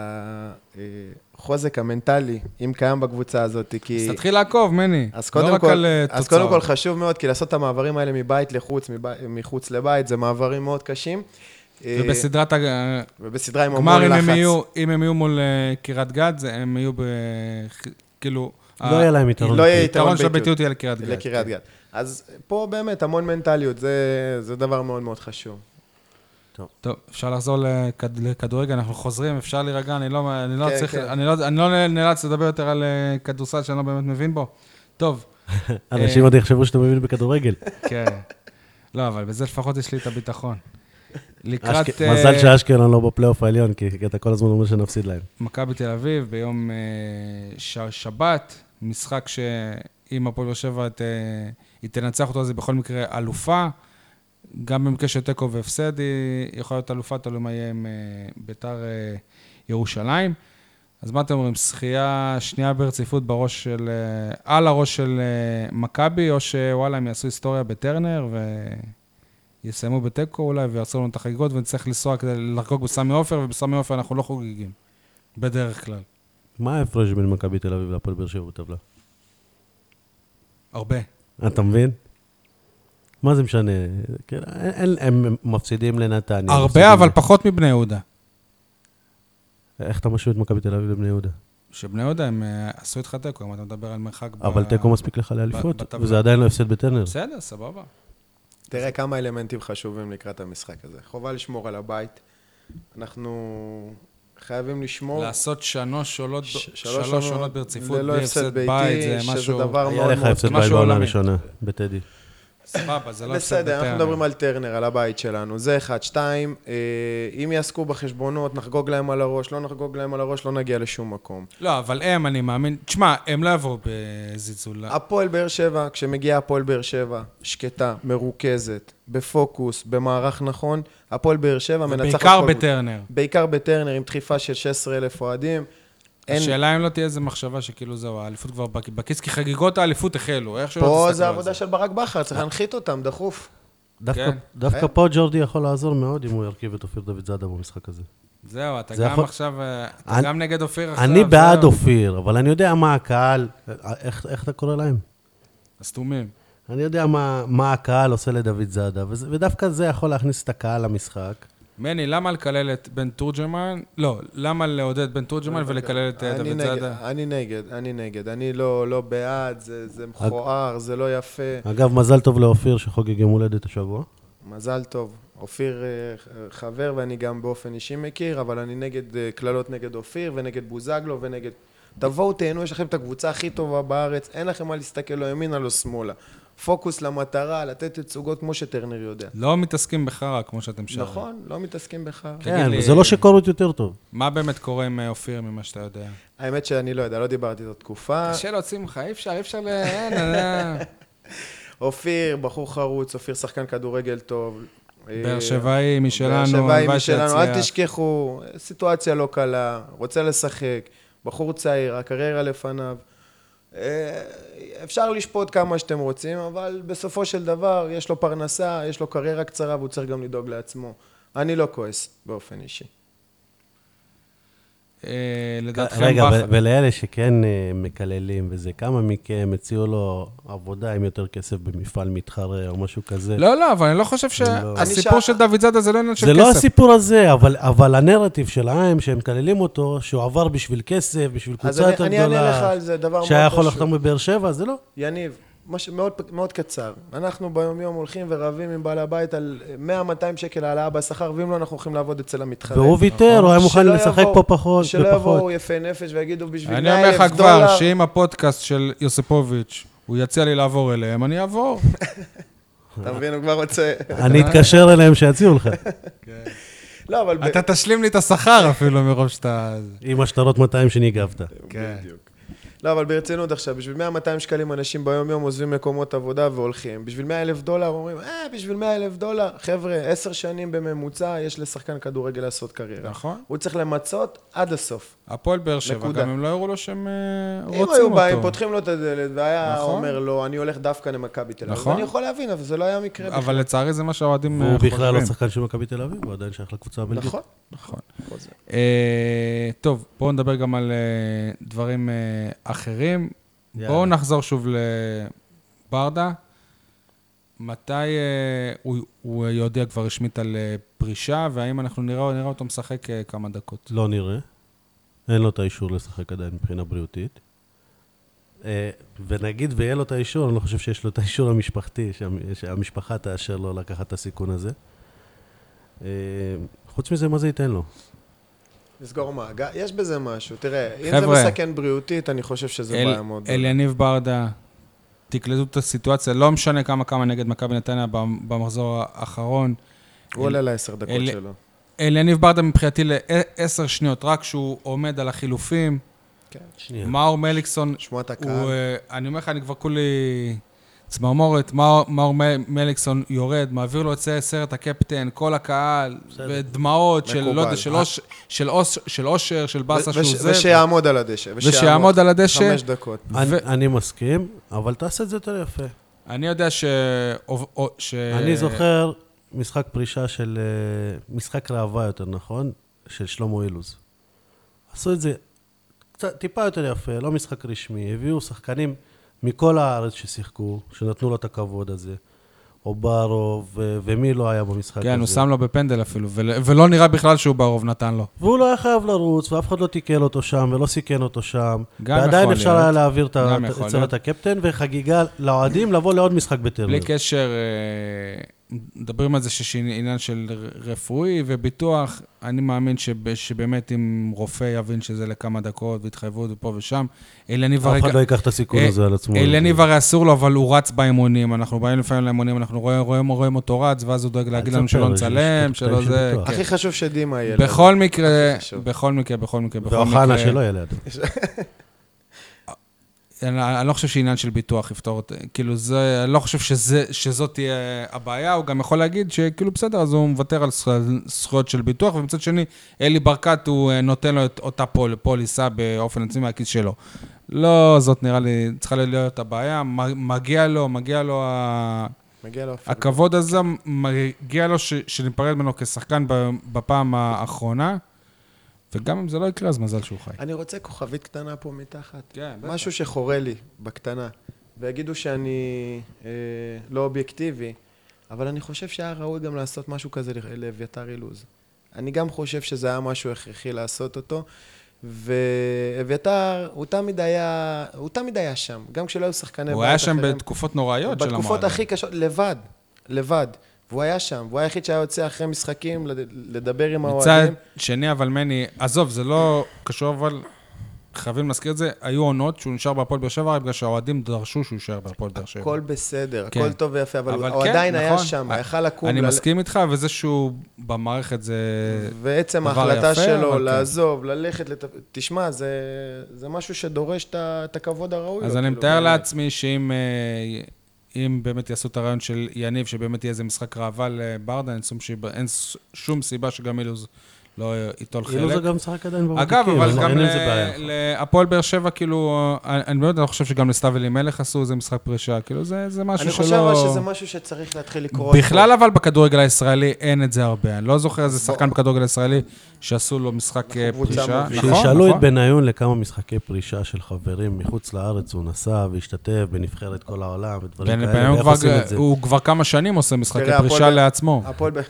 החוזק המנטלי, אם קיים בקבוצה הזאת, כי... אז תתחיל לעקוב, מני. אז לא קודם, רק כל, על אה, אז תוצאות. קודם כל חשוב מאוד, כי לעשות את המעברים האלה מבית לחוץ, מבי, מחוץ לבית, זה מעברים מאוד קשים. אה, ובסדרת הגמר, ובסדרה עם המון אם לחץ. הם יהיו, אם הם יהיו מול אה, קריית גת, זה- הם יהיו ב... כאילו... לא יהיה להם יתרון. לא יהיה היתרון של ביתיות. הביתיות יהיה לקריית גת. לקריית גת. אז פה באמת המון מנטליות, זה, זה דבר מאוד מאוד חשוב. טוב, אפשר לחזור לכד- לכדורגל, אנחנו חוזרים, אפשר להירגע, אני לא, אני לא כן, צריך, כן. אני לא, אני לא נאלץ לדבר יותר על אה, כדורסל שאני לא באמת מבין בו. טוב, אנשים עוד יחשבו שאתה מבין בכדורגל. כן. לא, אבל בזה לפחות יש לי את הביטחון. לקראת אשק- אה, מזל שאשקלון לא בפלייאוף העליון, כי כי אתה כל הזמן אומר שנפסיד להם. מכבי תל אביב ביום אה, ש- שבת, משחק שאם הפועל באר שבע ת- היא תנצח אותו, אז היא בכל מקרה אלופה. גם במקרה של תיקו והפסד, היא יכולה להיות אלופת, תלוי מה יהיה עם ביתר ירושלים. אז מה אתם אומרים, שחייה שנייה ברציפות בראש של, על הראש של מכבי, או שוואלה, הם יעשו היסטוריה בטרנר, ויסיימו בתיקו אולי, ויעשו לנו את החגיגות, ונצטרך לנסוע כדי לחגוג בסמי עופר, ובסמי עופר אנחנו לא חוגגים, בדרך כלל. מה ההפרש בין מכבי תל אביב להפועל באר שבע בטבלה? הרבה. אתה מבין? מה זה משנה? כן, אין, הם מפסידים לנתניה. הרבה, אבל פחות מבני יהודה. איך אתה משהו את מכבי תל אביב לבני יהודה? שבני יהודה הם עשו איתך תיקו, אם אתה מדבר על מרחק... אבל תיקו מספיק לך לאליפות, וזה עדיין לא הפסד בטרנר. בסדר, סבבה. תראה כמה אלמנטים חשובים לקראת המשחק הזה. חובה לשמור על הבית. אנחנו חייבים לשמור... לעשות שלוש עונות ברציפות, ללא בלי הפסד הפסד בית, זה ביתי, משהו... שזה דבר היה מאוד לך מאוד... הפסד בית בעונה הראשונה, בטדי. סבבה, זה לא הפסד בסדר, בטרנר. אנחנו מדברים על טרנר, על הבית שלנו. זה אחד, שתיים, אם יעסקו בחשבונות, נחגוג להם על הראש, לא נחגוג להם על הראש, לא נגיע לשום מקום. לא, אבל הם, אני מאמין... תשמע, הם לא יבואו בזלזול. הפועל באר שבע, כשמגיעה הפועל באר שבע, שקטה, מרוכזת, בפוקוס, במערך נכון, הפועל באר שבע מנצחת... בעיקר בטרנר. בעיקר בטרנר, עם דחיפה של שש עשרה אלף אוהדים. השאלה אם לא תהיה איזה מחשבה שכאילו זהו, האליפות כבר בכיס, כי חגיגות האליפות החלו, איך שלא תסתכלו על זה. פה זה עבודה של ברק בכר, צריך להנחית אותם, דחוף. דווקא פה ג'ורדי יכול לעזור מאוד אם הוא ירכיב את אופיר דוד זאדה במשחק הזה. זהו, אתה גם עכשיו, אתה גם נגד אופיר עכשיו. אני בעד אופיר, אבל אני יודע מה הקהל, איך אתה קורא להם? הסתומים. אני יודע מה הקהל עושה לדוד זאדה, ודווקא זה יכול להכניס את הקהל למשחק. מני, למה לקלל את בן תורג'מן? לא, למה לעודד בן תורג'מן ולקלל את דוד זאדה? אני נגד, אני נגד. אני לא בעד, זה מכוער, זה לא יפה. אגב, מזל טוב לאופיר שחוגג יום הולדת השבוע. מזל טוב. אופיר חבר ואני גם באופן אישי מכיר, אבל אני נגד כללות נגד אופיר ונגד בוזגלו ונגד... תבואו, תהנו, יש לכם את הקבוצה הכי טובה בארץ, אין לכם מה להסתכל לא ימינה, לא שמאלה. פוקוס למטרה, לתת תצוגות כמו שטרנר יודע. לא מתעסקים בחרה, כמו שאתם שרים. נכון, לא מתעסקים בחרה. כן, זה לא שקורות יותר טוב. מה באמת קורה עם אופיר ממה שאתה יודע? האמת שאני לא יודע, לא דיברתי את התקופה. קשה להוציא ממך, אי אפשר, אי אפשר ל... אופיר, בחור חרוץ, אופיר שחקן כדורגל טוב. באר שבעי משלנו, באר שבעי משלנו, אל תשכחו, סיטואציה לא קלה, רוצה לשחק, בחור צעיר, הקריירה לפניו. אפשר לשפוט כמה שאתם רוצים, אבל בסופו של דבר יש לו פרנסה, יש לו קריירה קצרה, והוא צריך גם לדאוג לעצמו. אני לא כועס באופן אישי. רגע, ולאלה שכן מקללים וזה, כמה מכם הציעו לו עבודה עם יותר כסף במפעל מתחרה או משהו כזה? לא, לא, אבל אני לא חושב שהסיפור של דוד זאדה זה לא עניין של כסף. זה לא הסיפור הזה, אבל הנרטיב שלהם, שהם מקללים אותו, שהוא עבר בשביל כסף, בשביל קבוצה יותר גדולה. אני אענה לך על זה, דבר מאוד פשוט. שהיה יכול לחתום בבאר שבע, זה לא? יניב. מאוד, מאוד קצר. אנחנו ביום יום הולכים ורבים עם בעל הבית על מאה מאתיים שקל העלאה בשכר, ואם לא, אנחנו הולכים לעבוד אצל המתחרה. והוא ויתר, הוא היה מוכן לשחק פה פחות. שלא יבואו יפי נפש ויגידו בשביל מאה אלף דולר. אני אומר לך כבר, דולר... שאם הפודקאסט של יוסיפוביץ', הוא יציע לי לעבור אליהם, אני אעבור. אתה מבין, הוא כבר רוצה... אני אתקשר אליהם שיציעו לך. לא, אבל... אתה תשלים לי את השכר אפילו מרוב שאתה... עם השטרות מאתיים שניגבת. כן. לא, אבל ברצינות עכשיו, בשביל מאה מאתיים שקלים אנשים ביום יום עוזבים מקומות עבודה והולכים. בשביל מאה אלף דולר אומרים, אה, בשביל מאה אלף דולר, חבר'ה, עשר שנים בממוצע יש לשחקן כדורגל לעשות קריירה. נכון. הוא צריך למצות עד הסוף. הפועל באר שבע, גם הם לא הראו לו שהם רוצים אותו. אם היו באים, פותחים לו את הדלת, והיה אומר לו, אני הולך דווקא למכבי תל אביב. נכון. אני יכול להבין, אבל זה לא היה מקרה בכלל. אבל לצערי זה מה שהאוהדים חושבים. הוא בכלל לא שחקן של מכבי תל אביב, הוא עדיין שייך לקבוצה הבלגית. נכון. נכון. טוב, בואו נדבר גם על דברים אחרים. בואו נחזור שוב לברדה. מתי הוא, הוא יודע כבר רשמית על פרישה, והאם אנחנו נראה, נראה אותו משחק כמה דקות? לא נראה. אין לו את האישור לשחק עדיין מבחינה בריאותית. ונגיד ויהיה לו את האישור, אני לא חושב שיש לו את האישור המשפחתי, שהמשפחה תאשר לו לקחת את הסיכון הזה. חוץ מזה, מה זה ייתן לו? לסגור מעגל, יש בזה משהו. תראה, אם זה מסכן בריאותית, אני חושב שזה בעיה מאוד. אליניב ברדה, תקלטו את הסיטואציה, לא משנה כמה כמה נגד מכבי נתניה במחזור האחרון. הוא עולה לעשר דקות שלו. אליניב ברדה מבחינתי לעשר שניות, רק שהוא עומד על החילופים. שנייה. מאור מליקסון, שמוע את הקהל. אני אומר לך, אני כבר כולי צמרמורת, מאור, מאור מליקסון יורד, מעביר לו את סרט הקפטן, כל הקהל, ודמעות של, לא יודע, של, אוש, של, אוש, של אושר, של בסה שהוא זה. ושיעמוד על הדשא. ושיעמוד על הדשא. חמש דקות. אני, ו... אני מסכים, אבל תעשה את זה יותר יפה. אני יודע ש... ש... אני זוכר משחק פרישה של... משחק ראווה יותר, נכון? של שלמה אילוז. עשו את זה קצת, טיפה יותר יפה, לא משחק רשמי. הביאו שחקנים מכל הארץ ששיחקו, שנתנו לו את הכבוד הזה. אוברוב, ו- ומי לא היה במשחק כן, הזה. כן, הוא שם לו בפנדל אפילו, ול- ולא נראה בכלל שהוא ברוב נתן לו. והוא לא היה חייב לרוץ, ואף אחד לא תיקל אותו שם, ולא סיכן אותו שם. גם ועדיין אפשר להיות. היה להעביר את צוות הקפטן, וחגיגה לאוהדים לבוא לעוד משחק בטרנר. בלי קשר, מדברים על זה שיש עניין של רפואי וביטוח, אני מאמין שב- שבאמת אם רופא יבין שזה לכמה דקות, והתחייבות ופה ושם, אלניב אף אחד לא ייקח את הסיכון הזה על עצמו. אלניב הרי אסור לו, אבל הוא רץ באימונים, אנחנו באים לפעמים לאימונים, אנחנו רואים, רואים, רואים אותו רץ, ואז הוא דואג להגיד לנו שלא נצלם, שלא זה... הכי חשוב שדימה יהיה. בכל מקרה, בכל מקרה, בכל מקרה, בכל מקרה... ואוחנה שלא יהיה לידו. אני לא חושב שעניין של ביטוח יפתור את... כאילו, זה, אני לא חושב שזה, שזאת תהיה הבעיה, הוא גם יכול להגיד שכאילו בסדר, אז הוא מוותר על זכויות של ביטוח, ומצד שני, אלי ברקת הוא נותן לו את אותה פול, פוליסה באופן עצמי מהכיס שלו. לא, זאת נראה לי, צריכה להיות הבעיה, מגיע לו, מגיע לו ה... מגיע לו הכבוד הזה, מגיע לו ש, שניפרד ממנו כשחקן בפעם האחרונה, וגם אם זה לא יקרה, אז מזל שהוא חי. אני רוצה כוכבית קטנה פה מתחת. כן, בטח. משהו שחורה לי בקטנה, ויגידו שאני אה, לא אובייקטיבי, אבל אני חושב שהיה ראוי גם לעשות משהו כזה לאביתר אילוז. אני גם חושב שזה היה משהו הכרחי לעשות אותו, ואביתר, הוא תמיד היה, הוא תמיד היה שם, גם כשלא היו שחקני... הוא היה שם בתקופות נוראיות של המועד. בתקופות הכי קשות, לבד, לבד. והוא היה שם, והוא היחיד שהיה יוצא אחרי משחקים לדבר עם האוהדים. מצד שני, אבל מני, עזוב, זה לא קשור, אבל חייבים להזכיר את זה, היו עונות שהוא נשאר בהפועל באר שבע, בגלל שהאוהדים דרשו שהוא יישאר בהפועל באר שבע. הכל בסדר, כן. הכל טוב ויפה, אבל, אבל הוא כן, עדיין נכון. היה שם, יכל לקום. אני ל... מסכים איתך, וזה שהוא במערכת זה ועצם דבר ההחלטה יפה, שלו אבל לעזוב, ללכת, לת... תשמע, זה, זה משהו שדורש את, את הכבוד הראוי. אז לו, אני כאילו, מתאר באמת. לעצמי שאם אם באמת יעשו את הרעיון של יניב, שבאמת יהיה איזה משחק ראווה לברדה, אין שום, שיבה, אין שום סיבה שגם אילוז לא ייטול חלק. אילוז גם משחק עדיין במתקים. אגב, אבל גם ל... להפועל באר שבע, כאילו, אני באמת חושב שגם לסתיו אלימלך עשו איזה משחק פרישה, כאילו זה, זה משהו אני שלא... חושב אבל שזה משהו שצריך להתחיל לקרוא. בכלל אבל בכדורגל הישראלי אין את זה הרבה. אני לא זוכר איזה שחקן בכדורגל הישראלי שעשו לו משחק פרישה. נכון? שישאלו את בניון לכמה משחקי פרישה של חברים מחוץ לארץ, הוא נסע והשתתף בנבחרת כל העולם ודברים כאלה, ואיך עושים את זה. הוא כבר כמה שנים עושה משחקי פרישה לעצמו.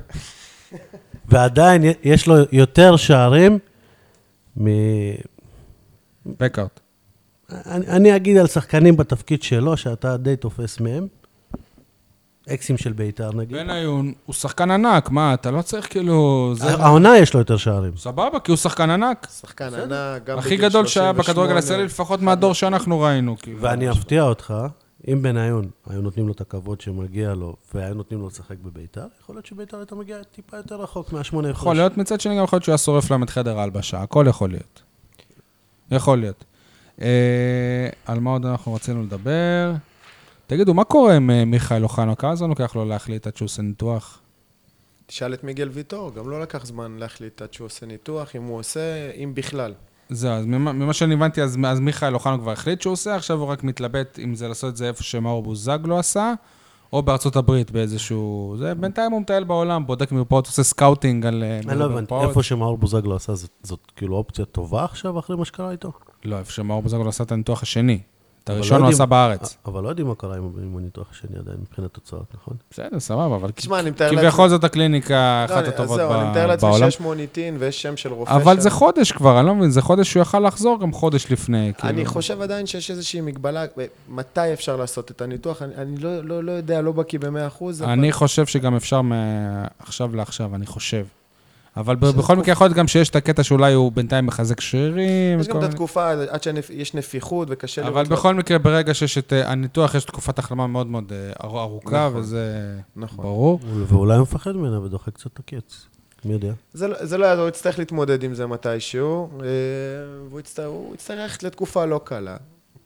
ועדיין יש לו יותר שערים מ... בקארט. אני, אני אגיד על שחקנים בתפקיד שלו, שאתה די תופס מהם. אקסים של בית"ר נגיד. בניון הוא שחקן ענק, מה, אתה לא צריך כאילו... העונה יש לו יותר שערים. סבבה, כי הוא שחקן ענק. שחקן ענק, גם הכי גדול שהיה בכדורגל הישראלי, לפחות מהדור שאנחנו ראינו. ואני אפתיע אותך, אם בניון היו נותנים לו את הכבוד שמגיע לו, והיו נותנים לו לשחק בבית"ר, יכול להיות שבית"ר הייתה מגיעה טיפה יותר רחוק מהשמונה הפרש. יכול להיות מצד שני, גם יכול להיות שהוא היה שורף להם את חדר ההלבשה, הכל יכול להיות. יכול להיות. על מה עוד אנחנו רצינו לדבר? תגידו, מה קורה עם מיכאל אוחנה? כמה זמן לוקח לו להחליט עד שהוא עושה ניתוח? תשאל את מיגל ויטור, גם לא לקח זמן להחליט עד שהוא עושה ניתוח, אם הוא עושה, אם בכלל. זהו, אז ממה שאני הבנתי, אז, אז מיכאל אוחנה כבר החליט שהוא עושה, עכשיו הוא רק מתלבט אם זה לעשות את זה איפה שמאור בוזגלו עשה, או בארצות הברית באיזשהו... זה בינתיים הוא מטייל בעולם, בודק מרפאות, עושה סקאוטינג על מרפאות. אני לא הבנתי, איפה שמאור בוזגלו עשה, זאת, זאת כאילו אופציה טובה עכשיו, אחרי מה שקרה איתו? לא, איפה שמאור בוזגלו עשה את הניתוח השני. את הראשון הוא עשה בארץ. אבל לא יודעים מה קרה עם הניתוח השני עדיין, מבחינת תוצאות, נכון? בסדר, סבבה, אבל תשמע, כביכול זאת הקליניקה אחת הטובות בעולם. זהו, אני מתאר לעצמי שיש מוניטין ויש שם של רופא. אבל זה חודש כבר, אני לא מבין, זה חודש שהוא יכל לחזור גם חודש לפני. אני חושב עדיין שיש איזושהי מגבלה, מתי אפשר לעשות את הניתוח, אני לא יודע, לא בקיא ב-מאה אחוז. אני חושב שגם אפשר מעכשיו לעכשיו, אני חושב. אבל בכל מקרה יכול להיות גם שיש את הקטע שאולי הוא בינתיים מחזק שרירים. יש גם את התקופה עד שיש נפיחות וקשה לראות. אבל בכל מקרה ברגע שיש את הניתוח, יש תקופת החלמה מאוד מאוד ארוכה, וזה ברור. ואולי הוא מפחד ממנה ודוחק קצת את הקץ. מי יודע? זה לא יעזור, הוא יצטרך להתמודד עם זה מתישהו, והוא יצטרך ללכת לתקופה לא קלה.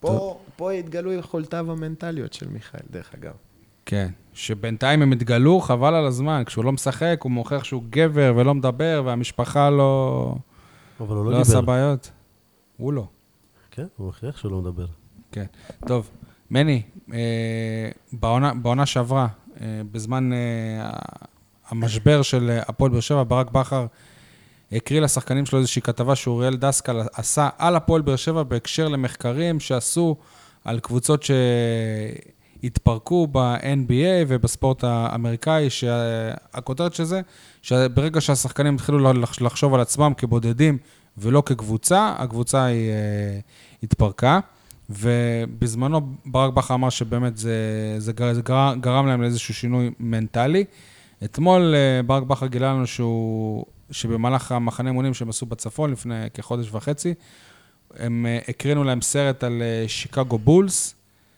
פה, פה התגלו יכולתיו המנטליות של מיכאל, דרך אגב. כן, שבינתיים הם התגלו, חבל על הזמן. כשהוא לא משחק, הוא מוכיח שהוא גבר ולא מדבר, והמשפחה לא... אבל הוא לא לא דיבר. עשה בעיות. הוא לא. כן, הוא מכריח שהוא לא מדבר. כן. טוב, מני, אה, בעונה, בעונה שעברה, אה, בזמן אה, המשבר של אה, הפועל באר שבע, ברק בכר הקריא לשחקנים שלו איזושהי כתבה שאוריאל דסקל עשה על הפועל באר שבע בהקשר למחקרים שעשו על קבוצות שהתפרקו ב-אן בי איי ובספורט האמריקאי, שהכותרת של זה, שברגע שהשחקנים התחילו לחשוב על עצמם כבודדים ולא כקבוצה, הקבוצה היא אה, התפרקה. ובזמנו ברק בכר אמר שבאמת זה, זה, גר, זה גר, גרם להם לאיזשהו שינוי מנטלי. אתמול ברק בכר גילה לנו שהוא, שבמהלך המחנה אימונים שהם עשו בצפון לפני כחודש וחצי, הם הקרינו להם סרט על שיקגו בולס,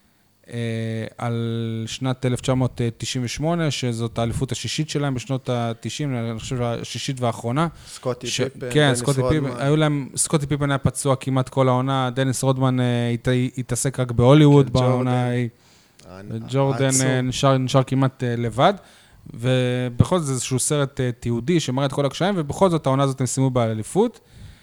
על שנת אלף תשע מאות תשעים ושמונה, שזאת האליפות השישית שלהם בשנות ה-תשעים, אני חושב השישית והאחרונה. סקוטי ש... פיפן, כן, דניס סקוטי רודמן. פיפן, היו להם, סקוטי פיפן היה פצוע כמעט כל העונה, דניס רודמן הת... התעסק רק בהוליווד כן, בעונה, ג'ורדן נשאר, נשאר כמעט לבד, ובכל זאת זה איזשהו סרט תיעודי שמראה את כל הקשיים, ובכל זאת העונה הזאת הם סיימו באליפות.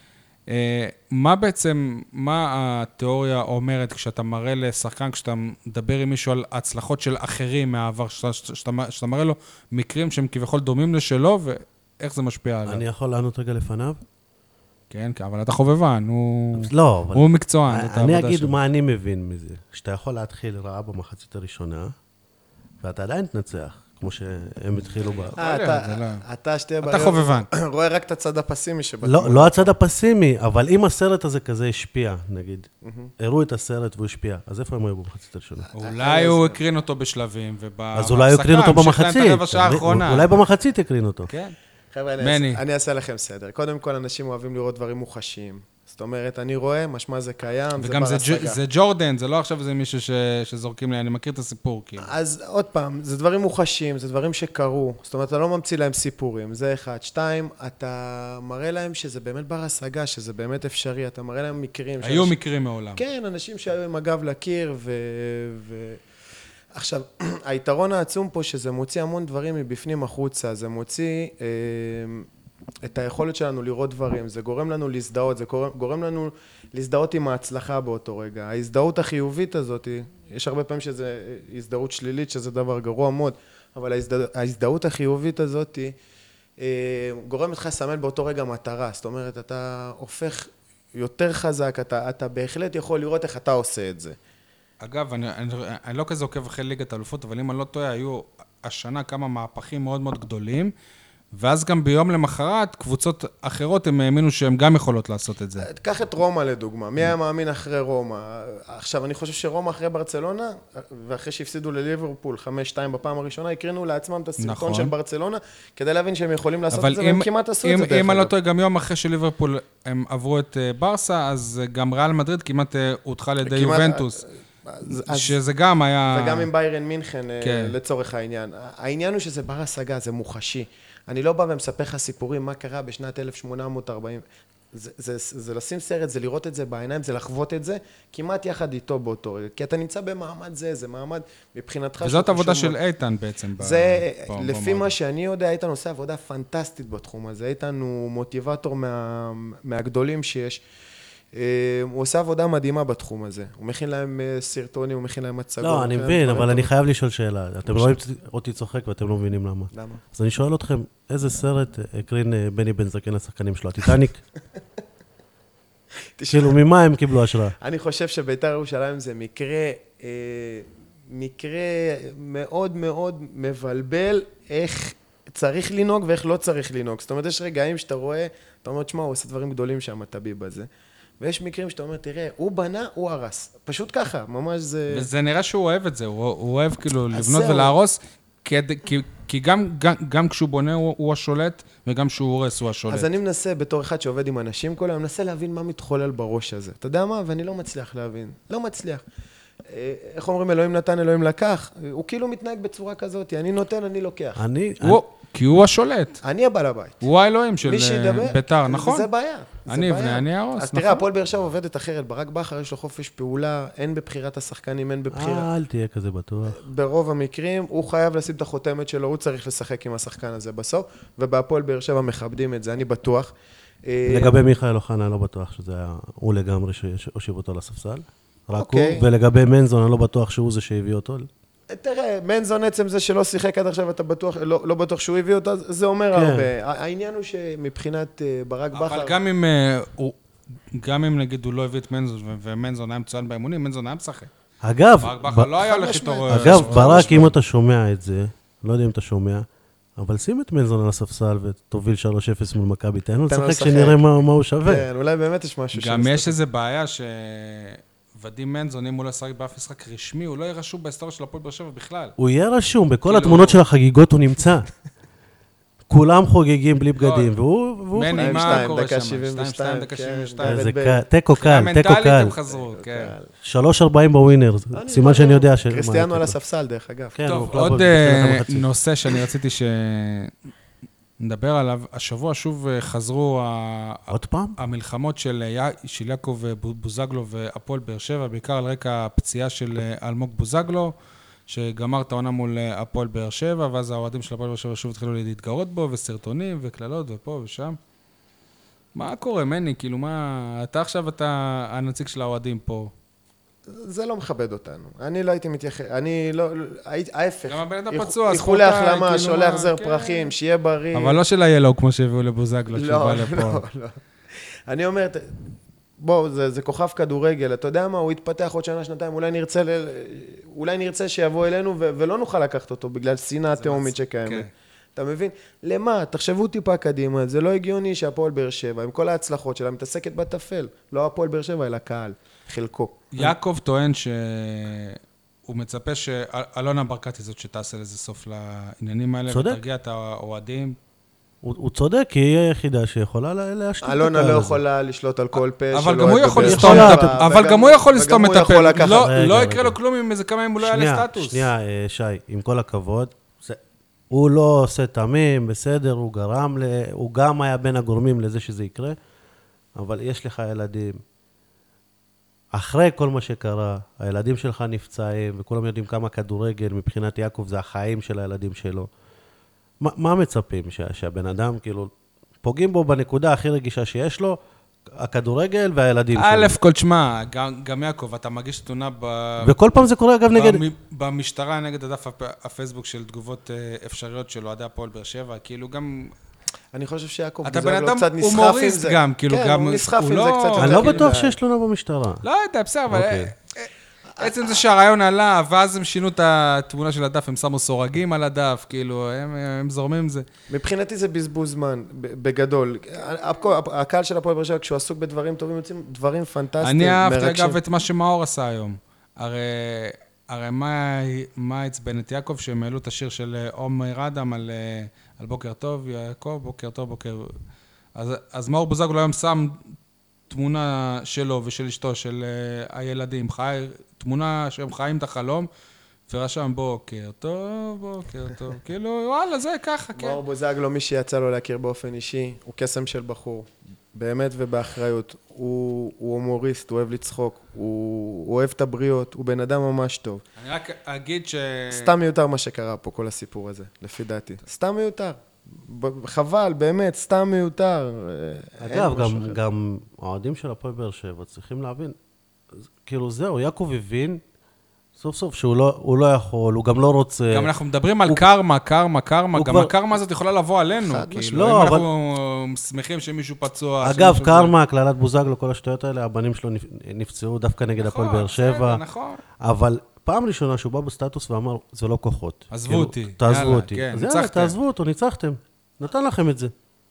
מה בעצם, מה התיאוריה אומרת כשאתה מראה לשחקן, כשאתה מדבר עם מישהו על הצלחות של אחרים מהעבר, שאתה, שאתה, שאתה מראה לו מקרים שהם כביכול דומים לשלו, ואיך זה משפיע עליו? אני יכול לענות רגע לפניו? כן, אבל אתה חובבן, הוא, לא, אבל... הוא מקצוען. אני אגיד שלו. מה אני מבין מזה. שאתה יכול להתחיל רעה במחצית הראשונה, ואתה עדיין תנצח. כמו שהם התחילו ב... אתה שתהיה אתה חובבן. רואה רק את הצד הפסימי שבתמונה. לא, לא הצד הפסימי, אבל אם הסרט הזה כזה השפיע, נגיד, הראו את הסרט והוא השפיע, אז איפה הם היו במחצית הראשונה? אולי הוא הקרין אותו בשלבים, אז אולי הוא הקרין אותו במחצית. האחרונה. אולי במחצית הקרין אותו. כן. חבר'ה, אני אעשה לכם סדר. קודם כל, אנשים אוהבים לראות דברים מוחשיים. זאת אומרת, אני רואה, משמע זה קיים, זה בר השגה. וגם זה ג'ורדן, זה לא עכשיו איזה מישהו שזורקים לי, אני מכיר את הסיפור. אז עוד פעם, זה דברים מוחשיים, זה דברים שקרו. זאת אומרת, אתה לא ממציא להם סיפורים, זה אחד. שתיים, אתה מראה להם שזה באמת בר השגה, שזה באמת אפשרי, אתה מראה להם מקרים. היו מקרים מעולם. כן, אנשים שהיו עם הגב לקיר, ו... עכשיו, היתרון העצום פה שזה מוציא המון דברים מבפנים החוצה, זה מוציא אה, את היכולת שלנו לראות דברים, זה גורם לנו להזדהות, זה גורם, גורם לנו להזדהות עם ההצלחה באותו רגע. ההזדהות החיובית הזאת, יש הרבה פעמים שזה הזדהות שלילית, שזה דבר גרוע מאוד, אבל ההזדהות, ההזדהות החיובית הזאת אה, גורמת לך לסמל באותו רגע מטרה, זאת אומרת, אתה הופך יותר חזק, אתה, אתה בהחלט יכול לראות איך אתה עושה את זה. אגב, אני, אני, אני לא כזה עוקב אחרי ליגת האלופות, אבל אם אני לא טועה, היו השנה כמה מהפכים מאוד מאוד גדולים, ואז גם ביום למחרת, קבוצות אחרות, הם האמינו שהן גם יכולות לעשות את זה. תקח את רומא לדוגמה, מי היה מאמין אחרי רומא? עכשיו, אני חושב שרומא אחרי ברצלונה, ואחרי שהפסידו לליברפול חמש שתיים בפעם הראשונה, הקרינו לעצמם את הסרטון נכון. של ברצלונה, כדי להבין שהם יכולים לעשות את זה, והם כמעט עשו אם, את זה דרך אם אני לא טועה, גם יום אחרי שליברפול הם עברו את ברסה, אז גם ריאל מדריד כמעט הודחה לידי יובנטוס. אז, שזה גם היה... וגם עם ביירן מינכן כן. לצורך העניין. העניין הוא שזה בר השגה, זה מוחשי. אני לא בא ומספר לך סיפורים מה קרה בשנת אלף שמונה מאות ארבעים. זה, זה, זה, זה לשים סרט, זה לראות את זה בעיניים, זה לחוות את זה, כמעט יחד איתו באותו רגע. כי אתה נמצא במעמד זה, זה מעמד מבחינתך... וזאת עבודה של איתן בעצם. זה, ב, לפי ב, מה שאני יודע, איתן עושה עבודה פנטסטית בתחום הזה. איתן הוא מוטיבטור מה, מהגדולים שיש. הוא עושה עבודה מדהימה בתחום הזה. הוא מכין להם סרטונים, הוא מכין להם מצגות. לא, אני מבין, אבל אני חייב לשאול שאלה. אתם רואים אותי צוחק ואתם לא מבינים למה. למה? אז אני שואל אתכם, איזה סרט הקרין בני בן זקן לשחקנים שלו? הטיטניק? כאילו, ממה הם קיבלו השראה? אני חושב שבית"ר ירושלים זה מקרה, מקרה מאוד מאוד מבלבל איך צריך לנהוג ואיך לא צריך לנהוג. זאת אומרת, יש רגעים שאתה רואה, אתה אומר, תשמע, הוא עושה דברים גדולים שם, הטביב הזה. ויש מקרים שאתה אומר, תראה, הוא בנה, הוא הרס. פשוט ככה, ממש זה... וזה נראה שהוא אוהב את זה, הוא, הוא אוהב כאילו לבנות ולהרוס, כי, כי, כי גם, גם, גם כשהוא בונה הוא, הוא השולט, וגם כשהוא הורס הוא השולט. אז אני מנסה, בתור אחד שעובד עם אנשים כל היום, אני מנסה להבין מה מתחולל בראש הזה. אתה יודע מה? ואני לא מצליח להבין. לא מצליח. איך אומרים, אלוהים נתן, אלוהים לקח? הוא כאילו מתנהג בצורה כזאת, אני נותן, אני לוקח. אני... הוא, כי הוא השולט. אני הבעל הבית. הוא האלוהים של מי שידבר, ביתר, נכון? זה בעיה. זה אני אבנה, בעיה. אני ארוס, אז נכון. תראה, הפועל באר שבע עובדת אחרת. ברק בכר יש לו חופש פעולה, אין בבחירת השחקנים, אין בבחירה. אל תהיה כזה בטוח. ברוב המקרים, הוא חייב לשים את החותמת שלו, הוא צריך לשחק עם השחקן הזה בסוף, ובהפועל באר שבע מכבדים את זה, אני בטוח. לגבי מיכאל אוחנה, אני לא בטוח שזה היה הוא לגמרי שהושיב אותו לספסל. רק הוא, אוקיי. ולגבי מנזון, אני לא בטוח שהוא זה שהביא אותו. תראה, מנזון עצם זה שלא שיחק עד עכשיו, אתה בטוח, לא, לא בטוח שהוא הביא אותו, זה אומר כן. הרבה. העניין הוא שמבחינת uh, ברק בכר... אבל גם אם, uh, הוא, גם אם נגיד הוא לא הביא את מנזון, ו- ומנזון היה מצוין באימונים, מנזון היה משחק. אגב, ברק בכר ב- לא היה הולך איתו... אגב, ברק, אם אתה שומע את זה, לא יודע אם אתה שומע, אבל שים את מנזון על הספסל ותוביל שלוש אפס מול מכבי, תן לו תן לו לשחק לשחק. שנראה מה מה הוא שווה. כן, אולי באמת יש משהו גם שמסתכל. יש איזו בעיה שוואדים מנזון, אם הוא לא ישחק באף משחק רשמי, הוא לא יהיה רשום בהיסטוריה של הפועל באר שבע בכלל. הוא יהיה רשום, בכל כאילו- התמונות של החגיגות הוא נמצא. כולם חוגגים בלי בגדים, והוא... והוא מני, שתיים, מה שתיים, קורה דקה שם? שבעים ושתיים, שתיים, דקה כן, שבעים ושתיים. איזה ב- קל, תיקו קל, תיקו מנטלית קל. הם חזרו, כן. שלוש ארבעים בווינר, אני סימן לא שאני יודע ש... קריסטיאנו מה, על תיקו. הספסל, דרך אגב. כן, הוא טוב, הוחלף עוד בתחילת אה, המחצית. נושא שאני רציתי שנדבר עליו, השבוע שוב אה, חזרו ה- עוד פעם? המלחמות של יא- של יעקב בוזגלו והפועל באר שבע, בעיקר על רקע הפציעה של אה, אלמוג בוזגלו, שגמר את העונה מול אה, הפועל באר שבע, ואז האוהדים של הפועל באר שבע שוב התחילו להתגרות בו, וסרטונים וקללות ופה ושם. מה קורה, מני? כאילו, מה... אתה עכשיו אתה הנציג של האוהדים פה. זה לא מכבד אותנו. אני לא הייתי מתייחס, אני לא, הייתי, ההפך. גם הבן אדם איחו- פצוע, איחולי ספורטאי, החלמה, כאילו שולח מה, זר כן. פרחים, שיהיה בריא. אבל לא של הילואו, כמו שהביאו לבוזגלו, שהוא לא, בא לפה. לא, לא. אני אומר, ת- בוא, זה, זה כוכב כדורגל, אתה יודע מה, הוא יתפתח עוד שנה, שנתיים, אולי נרצה, ל... אולי נרצה שיבוא אלינו ו... ולא נוכל לקחת אותו בגלל שנאה תהומית שקיימת. כן. אתה מבין? למה? תחשבו טיפה קדימה, זה לא הגיוני שהפועל באר שבע, עם כל ההצלחות שלה, מתעסקת בטפל. לא הפועל באר שבע, אלא קהל, חלקו. יעקב טוען שהוא מצפה שאלונה ברקת היא זאת שתעשה לזה סוף לעניינים האלה, צודק. ותרגיע את האוהדים. הוא הוא צודק, כי היא היחידה שיכולה לה- להשתיק את אלונה הקהל לא הזה. יכולה לשלוט על כל פה אבל שלו, גם הוא את יכול בבאר לסתום שבע, את הפה, וגם- אבל גם הוא יכול וגם לסתום את הוא יכול הפה. לקחת- לא- רגע, לא רגע. יקרה לו כלום עם איזה כמה אם הוא לא יעלה שנייה, סטטוס. שנייה, אה, שי, עם כל הכבוד, זה- הוא לא עושה תמים, בסדר, הוא גרם, ל... הוא גם היה בין הגורמים לזה שזה יקרה, אבל יש לך ילדים. אחרי כל מה שקרה, הילדים שלך נפצעים, וכולם יודעים כמה כדורגל, מבחינת יעקב זה החיים של הילדים שלו. מה, מה מצפים? שה, שהבן אדם, כאילו, פוגעים בו בנקודה הכי רגישה שיש לו, הכדורגל והילדים שלו. א' כל תשמע, גם- גם יעקב, אתה מגיש תלונה ב- וכל פעם זה קורה, אגב, נגד... במ- במשטרה נגד הדף הפ- הפייסבוק של תגובות אה, אפשריות של אוהדי הפועל באר שבע, כאילו גם... אני חושב שיעקב אתה בוזגלו בן אדם קצת נסחף עם הומוריסט זה. גם, כאילו, כן, גם- הוא נסחף הוא עם לא- זה קצת יותר. אני לא מדי. בטוח שיש תלונה במשטרה. לא יודע, בסדר, אבל... אוקיי. אה, אה, עצם זה שהרעיון עלה, ואז הם שינו את התמונה של הדף, הם שמו סורגים על הדף, כאילו, הם, הם זורמים עם זה. מבחינתי זה בזבוז זמן, ב- בגדול. הכל- הקהל של הפועל באר שבע, כשהוא עסוק בדברים טובים, יוצאים דברים פנטסטיים, אני אהבתי, מרגשים. אגב, את מה שמאור עשה היום. הרי, הרי מה, מה עצבן את יעקב, שהם העלו את השיר של אה, עומר אדם על, אה, על בוקר טוב, יעקב, בוקר טוב, בוקר... אז, אז מאור בוזגלו היום שם תמונה שלו ושל אשתו, של uh, הילדים, חי, תמונה שהם חיים את החלום, ורשם בוקר טוב, בוקר טוב, כאילו, וואלה, זה ככה, כן. מאור בוזגלו, מי שיצא לו להכיר באופן אישי, הוא קסם של בחור, באמת ובאחריות. הוא, הוא הומוריסט, הוא אוהב לצחוק, הוא, הוא אוהב את הבריות, הוא בן אדם ממש טוב. אני רק אגיד ש... סתם מיותר מה שקרה פה, כל הסיפור הזה, לפי דעתי. סתם מיותר. ב- חבל, באמת, סתם מיותר. אה, אין אגב, משהו גם, אחר. גם האוהדים של הפועל באר שבע צריכים להבין, כאילו זהו, יעקב הבין סוף סוף שהוא לא, הוא לא יכול, הוא גם לא רוצה. גם אנחנו מדברים על הוא- קרמה, קרמה, קרמה, הוא גם כבר- הקרמה הזאת יכולה לבוא עלינו. חד כאילו, משמעית. לא, אם אבל- אנחנו שמחים שמישהו פצוע... אגב, שמישהו- קרמה, קללת בוזגלו, כל השטויות האלה, הבנים שלו נפ- נפצעו דווקא נגד הפועל נכון, באר שבע. בסדר, נכון. אבל פעם ראשונה שהוא בא בסטטוס ואמר, זה לא כוחות. עזבו כאילו, אותי, תעזבו יאללה, אותי. כן, אז יאללה, ניצחתם. תעזבו אותו, ניצחתם. נתן לכם את זה.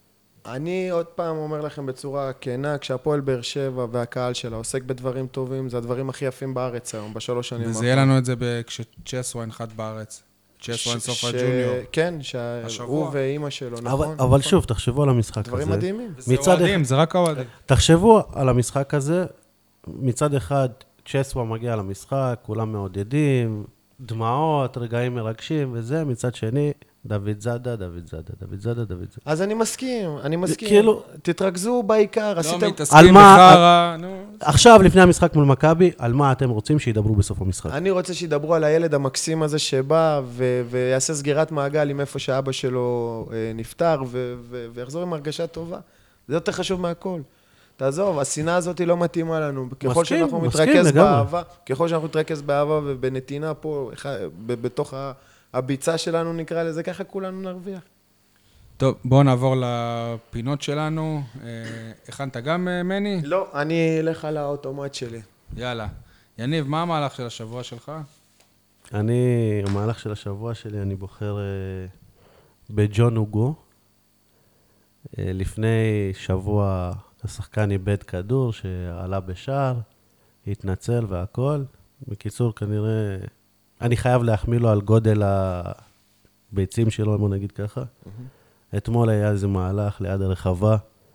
אני עוד פעם אומר לכם בצורה כנה, כשהפועל באר שבע והקהל שלה עוסק בדברים טובים, זה הדברים הכי יפים בארץ היום, בשלוש שנים וזה יהיה לנו את זה ב- כשצ'סווה ינחת בארץ. צ'סווה אין סוף ש- הג'וניור. כן, השבוע. שהוא ואימא שלו, אבל, נכון? אבל שוב, תחשבו על המשחק דברים הזה. מדהימים. זה מצד אוהדים, זה רק האוהדים. תחשבו על המשחק הזה, מצד אחד צ'סווה מגיע למשחק, כולם מעודדים, דמעות, רגעים מרגשים וזה, מצד שני, דוד זאדה, דוד זאדה, דוד זאדה, דוד זאדה. אז אני מסכים, אני מסכים. כאילו- תתרכזו בעיקר, לא עשיתם... מתעסקים על מה- בחרא, נו. עכשיו, לפני המשחק מול מכבי, על מה אתם רוצים שידברו בסוף המשחק? אני רוצה שידברו על הילד המקסים הזה שבא ו- ויעשה סגירת מעגל עם איפה שאבא שלו אה, נפטר ו- ו- ויחזור עם הרגשה טובה. זה יותר חשוב מהכל. תעזוב, השנאה הזאת היא לא מתאימה לנו. ככל מסכים, שאנחנו מסכים נתרכז לגמרי. באהבה, ככל שאנחנו נתרכז באהבה ובנתינה פה, אחד- ב- בתוך ה- הביצה שלנו נקרא לזה, ככה כולנו נרוויח. טוב, בואו נעבור לפינות שלנו. אה, הכנת גם, אה, מני? לא, אני אלך על האוטומט שלי. יאללה. יניב, מה המהלך של השבוע שלך? אני, המהלך של השבוע שלי, אני בוחר אה, בג'ון אוגו. אה, לפני שבוע השחקן איבד כדור שעלה בשער, התנצל והכל. בקיצור, כנראה, אני חייב להחמיא לו על גודל הביצים שלו, בוא נגיד ככה. אתמול היה איזה מהלך ליד הרחבה,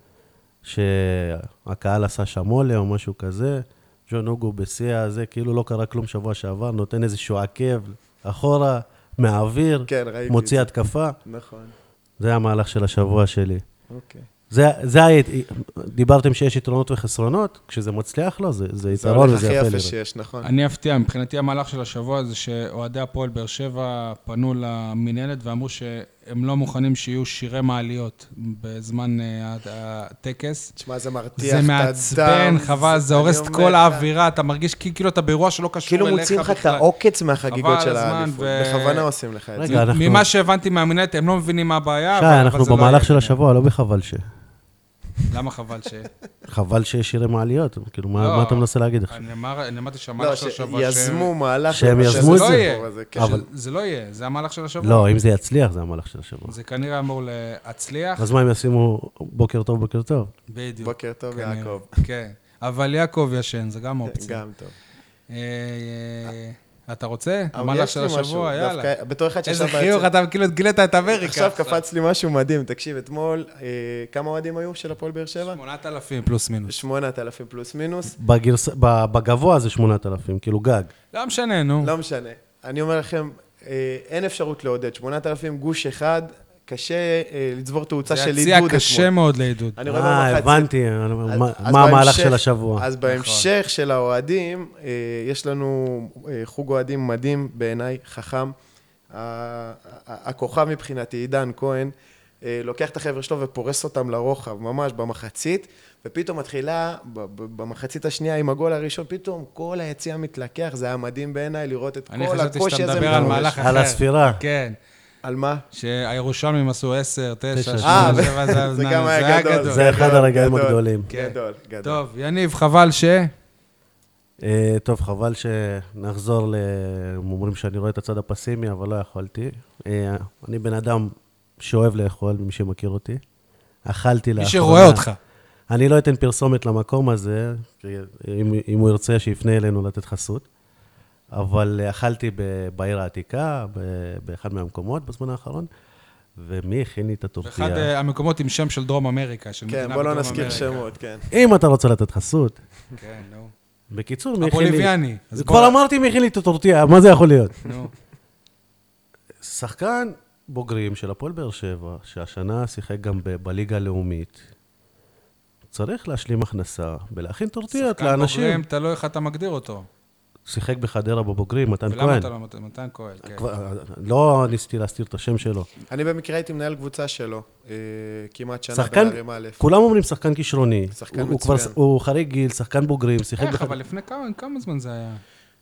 שהקהל עשה שם עולה או משהו כזה. ג'ון אוגו בשיא הזה, כאילו לא קרה כלום שבוע שעבר, נותן איזשהו עקב אחורה, מהאוויר, כן, ראיתי מוציא את זה. התקפה. נכון, זה המהלך של השבוע שלי. אוקיי. זה, זה, ה- דיברתם שיש יתרונות וחסרונות, כשזה מצליח לו, זה, זה זה יתרון הולך וזה הכי יפה יפה לראות. שיש, נכון. אני אפתיע, מבחינתי המהלך של השבוע זה שאוהדי הפועל באר שבע פנו למנהלת ואמרו שהם לא מוכנים שיהיו שירי מעליות בזמן אה, הטקס. תשמע, זה מרתיח זה את מעצבן, הדם, חבל, זה אני הורס את אומר כל לך. האווירה, אתה מרגיש כאילו אתה באירוע שלא קשור כאילו אליך מוציאים לך את בכלל. העוקץ מהחגיגות חבל של הזמן, האליפות. ו- בכוונה עושים לך את זה. רגע, אנחנו... ממה שהבנתי מהמנהלת, הם לא מבינים מה הבעיה. שי, אבל- אבל אנחנו זה לא במהלך יהיה של כנראה. השבוע, לא בחבל ש... למה חבל ש... חבל שיש שירי מעליות, כאילו, מה, לא, מה אתה מנסה להגיד עכשיו? אני אמר- אני אמרתי לא, שהמהלך של השבוע... שיזמו מהלך... שהם לבשל יזמו את הסיפור זה. יהיה. הזה, כן. אבל- זה לא יהיה, זה המהלך של השבוע. לא, אם זה יצליח, זה המהלך של השבוע. זה כנראה אמור להצליח. אז מה הם ישימו בוקר טוב, בוקר טוב? בדיוק. בוקר טוב, כנראה. יעקב. כן. אבל יעקב ישן, זה גם אופציה. גם טוב. אה, אה, אתה רוצה? אבל המהלך יש של לי משהו, השבוע, יאללה. דווקא בתור אחד איזה שישב חיוך, ביציע. אתה כאילו גילית את אמריקה. עכשיו קפץ לי משהו מדהים, תקשיב, אתמול, אה, כמה אוהדים היו של הפועל באר שבע? שמונת אלפים פלוס מינוס. שמונת אלפים פלוס מינוס. בגרס... ב- בגבוה זה שמונת אלפים, כאילו גג. לא משנה, נו. לא משנה. אני אומר לכם, אה, אין אפשרות לעודד. שמונת אלפים גוש אחד, קשה אה, לצבור תאוצה זה של יציע עידוד קשה אתמול. מאוד לעידוד. אני רואה אה, במחצית. הבנתי, אני אומר, אז- מה- אז מה המהלך בהמשך- של השבוע? אז בהמשך של האוהדים, אה, יש לנו אה, חוג אוהדים מדהים בעיניי, חכם. ה- ה- הכוכב מבחינתי, עידן כהן, אה, לוקח את החבר'ה שלו ופורס אותם לרוחב, ממש במחצית, ופתאום מתחילה, ב- ב- במחצית השנייה עם הגול הראשון, פתאום כל היציאה מתלקח, זה היה מדהים בעיניי לראות את אני כל חשבתי הקושי שאתה הזה. מדבר על מתממש. מהלך אחר. על הספירה. כן. על מה? שהירושלמים עשו עשר, תשע, תשע, שמונה, אה, שבע, זה גם היה גדול. זה אחד גדול, הרגעים גדול. הגדולים. כן. גדול, גדול. טוב, יניב, חבל ש... אה, טוב, חבל שנחזור ל... הם אומרים שאני רואה את הצד הפסימי, אבל לא יכולתי. אה, אני בן אדם שאוהב לאכול, מי שמכיר אותי. אכלתי לאחרונה. מי שרואה אותך. אני לא אתן פרסומת למקום הזה, כי אם, אם הוא ירצה שיפנה אלינו לתת חסות. אבל אכלתי ב- בעיר העתיקה, ב- באחד מהמקומות בזמן האחרון, ומי הכין לי את אחד הטורטיה? אה, המקומות עם שם של דרום אמריקה. של כן, מדינה בוא לא בדרום נזכיר אמריקה. שמות, כן. אם אתה רוצה לתת חסות. כן, נו. בקיצור, מי הכין לי... הבוליביאני. אז כבר בוא- אמרתי מי הכין לי את הטורטיה, מה זה יכול להיות? נו. שחקן בוגרים של הפועל באר שבע, שהשנה שיחק גם ב- בליגה הלאומית, צריך להשלים הכנסה ולהכין טורטיות שחקן לאנשים. בוגרים, תלוי איך אתה מגדיר אותו. שיחק בחדרה בבוגרים, מתן ולמה כהן. אתה לא... מתן כהן, כן. כבר- לא ניסיתי להסתיר את השם שלו. אני במקרה הייתי מנהל קבוצה שלו, אה, כמעט שנה שחקן, בערים א'. כולם אומרים שחקן כישרוני. שחקן הוא- הוא כבר- מצוין. הוא חריג גיל, שחקן בוגרים, שיחק איך, בחדרה. אבל לפני כמה- כמה זמן זה היה?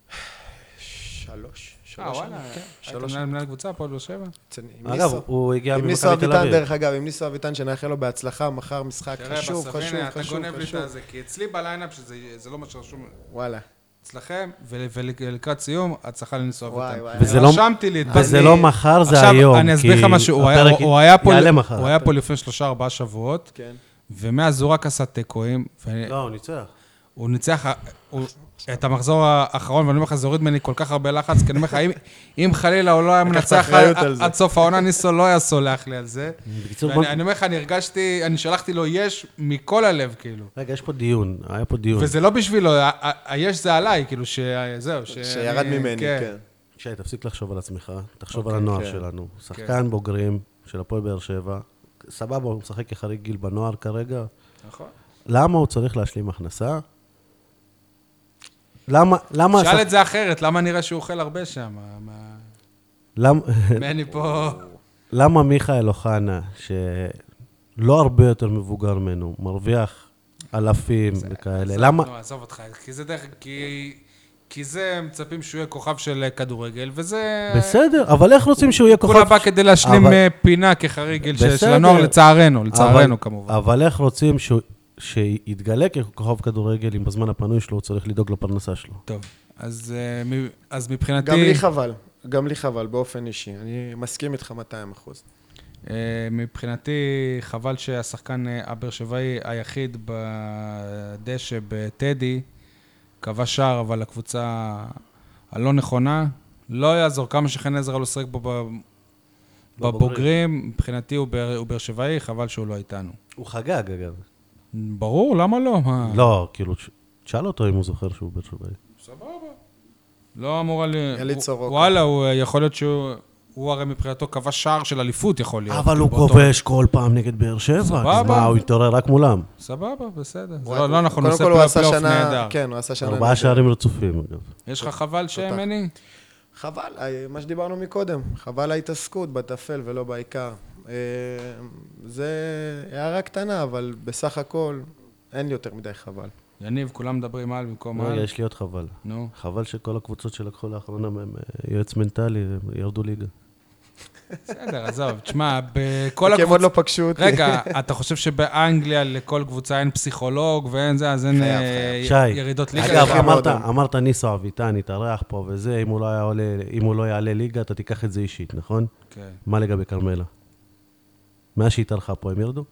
שלוש, אה, שלוש וואלה. שנים, כן, היית שלוש מנהל שנים. מנהל קבוצה, הפועל באר שבע? אצל- עם אגב, ניסו. הוא הגיע עם ניסו ממכבי תל אביטן, אביב. דרך אגב, עם ניסו אביטן, שנאחל לו בהצלחה, מחר משחק תראה, חשוב, בסוף, חשוב, הנה, אתה חשוב, גונב לי חשוב. את זה, כי אצלי בליינאפ, שזה זה לא מה שרשום וואלה. אצלכם, ול- ולקראת סיום, הצלחה לניסו וואי, אביטן. וואי. וזה לא- רשמתי לי את וזה אני- לא מחר, זה עכשיו, היום. אני אסביר לך כי משהו, הוא היה- הפרק הוא היה פה- יעלה מחר. הוא היה פה לפני שלושה ארבעה שבועות, כן. ומאז הוא רק עשה תיקואים, ו- לא, הוא ניצח. הוא ניצח הוא- את המחזור האחרון, ואני אומר לך, זה הוריד ממני כל כך הרבה לחץ, כי אני אומר לך, אם- אם חלילה הוא לא היה מנצח אחריות עד- על זה. עד סוף העונה, ניסו לא היה סולח לי על זה. בקיצור, ואני בוא- אני אומר לך, אני הרגשתי, אני שלחתי לו יש מכל הלב, כאילו. רגע, יש פה דיון, היה פה דיון. וזה לא בשבילו, ה- ה- היש זה עליי, כאילו, שזהו. ש- שירד אני- ממני, כן. שי, תפסיק לחשוב על עצמך, תחשוב אוקיי, על הנוער כן. שלנו. שחקן בוגרים של הפועל באר שבע, סבבה, הוא משחק כחריג גיל בנוער כרגע. נכון. למה הוא צריך להשלים הכנסה? למה, למה... שאל את זה אחרת, למה נראה שהוא אוכל הרבה שם? מה- למה, מני פה... למה מיכאל אוחנה, שלא הרבה יותר מבוגר ממנו, מרוויח אלפים וכאלה? עזוב, למה... נו, עזוב אותך, כי זה דרך... כי... כי זה מצפים שהוא יהיה כוכב של כדורגל, וזה... בסדר, אבל איך רוצים שהוא יהיה כוכב... כולה בא כדי להשלים אבל- אה, פינה כחריגל של- של בסדר. הנוער, לצערנו, לצערנו אבל- כמובן. אבל איך רוצים שהוא... שיתגלה ככוכב כדורגל, אם בזמן הפנוי שלו הוא צריך לדאוג לפרנסה שלו. טוב, אז אה, מ- אז מבחינתי... גם לי חבל, גם לי חבל, באופן אישי. אני מסכים איתך מאתיים אחוז. אה, מבחינתי, חבל שהשחקן אה, הבאר שבעי היחיד בדשא בטדי, כבש שער, אבל הקבוצה הלא נכונה, לא יעזור כמה שחן עזרא לא שחק בו ב- בבוגרים, מבחינתי הוא באר הוא באר שבעי, חבל שהוא לא איתנו. הוא חגג, אגב. ברור, למה לא? מה? לא, כאילו, תשאל אותו אם הוא זוכר שהוא באר שבעי. סבבה. לא אמור לי... יליד סורוקה. וואלה, הוא יכול להיות שהוא... הוא הרי מבחינתו כבש שער של אליפות יכול להיות. אבל הוא באותו- כובש כל פעם נגד באר שבע. סבבה. אז מה, הוא התעורר רק מולם. סבבה, בסדר. זה הוא- לא- לא נכון, הוא קודם עושה כל הוא עשה פלייאוף שנה, נהדר. כן, הוא עשה שנה ארבעה נהדר. שערים רצופים, אגב. יש לך חבל שמני? חבל, אה, מה שדיברנו מקודם, חבל ההתעסקות בטפל ולא בעיקר. אה, זה הערה קטנה, אבל בסך הכל אין לי יותר מדי חבל. יניב, כולם מדברים על במקום על. רגע, יש לי עוד חבל. נו. חבל שכל הקבוצות שלקחו לאחרונה מהם אה, יועץ מנטלי, הם ירדו ליגה. בסדר, עזוב. תשמע, בכל כי הם עוד הקבוצות... לא פגשו אותי. רגע, אתה חושב שבאנגליה לכל קבוצה אין פסיכולוג ואין זה, אז אין חייב, אה, שי, ירידות ליגה? אגב, חייב אמרת, מאוד. אמרת ניסו אביטן, התארח פה וזה, אם הוא לא היה עולה, אם הוא לא יעלה ליגה, אתה תיקח את זה אישית, נכון? כן. מה לגבי קרמלה? מאז שהתארחה פה, הם ירדו?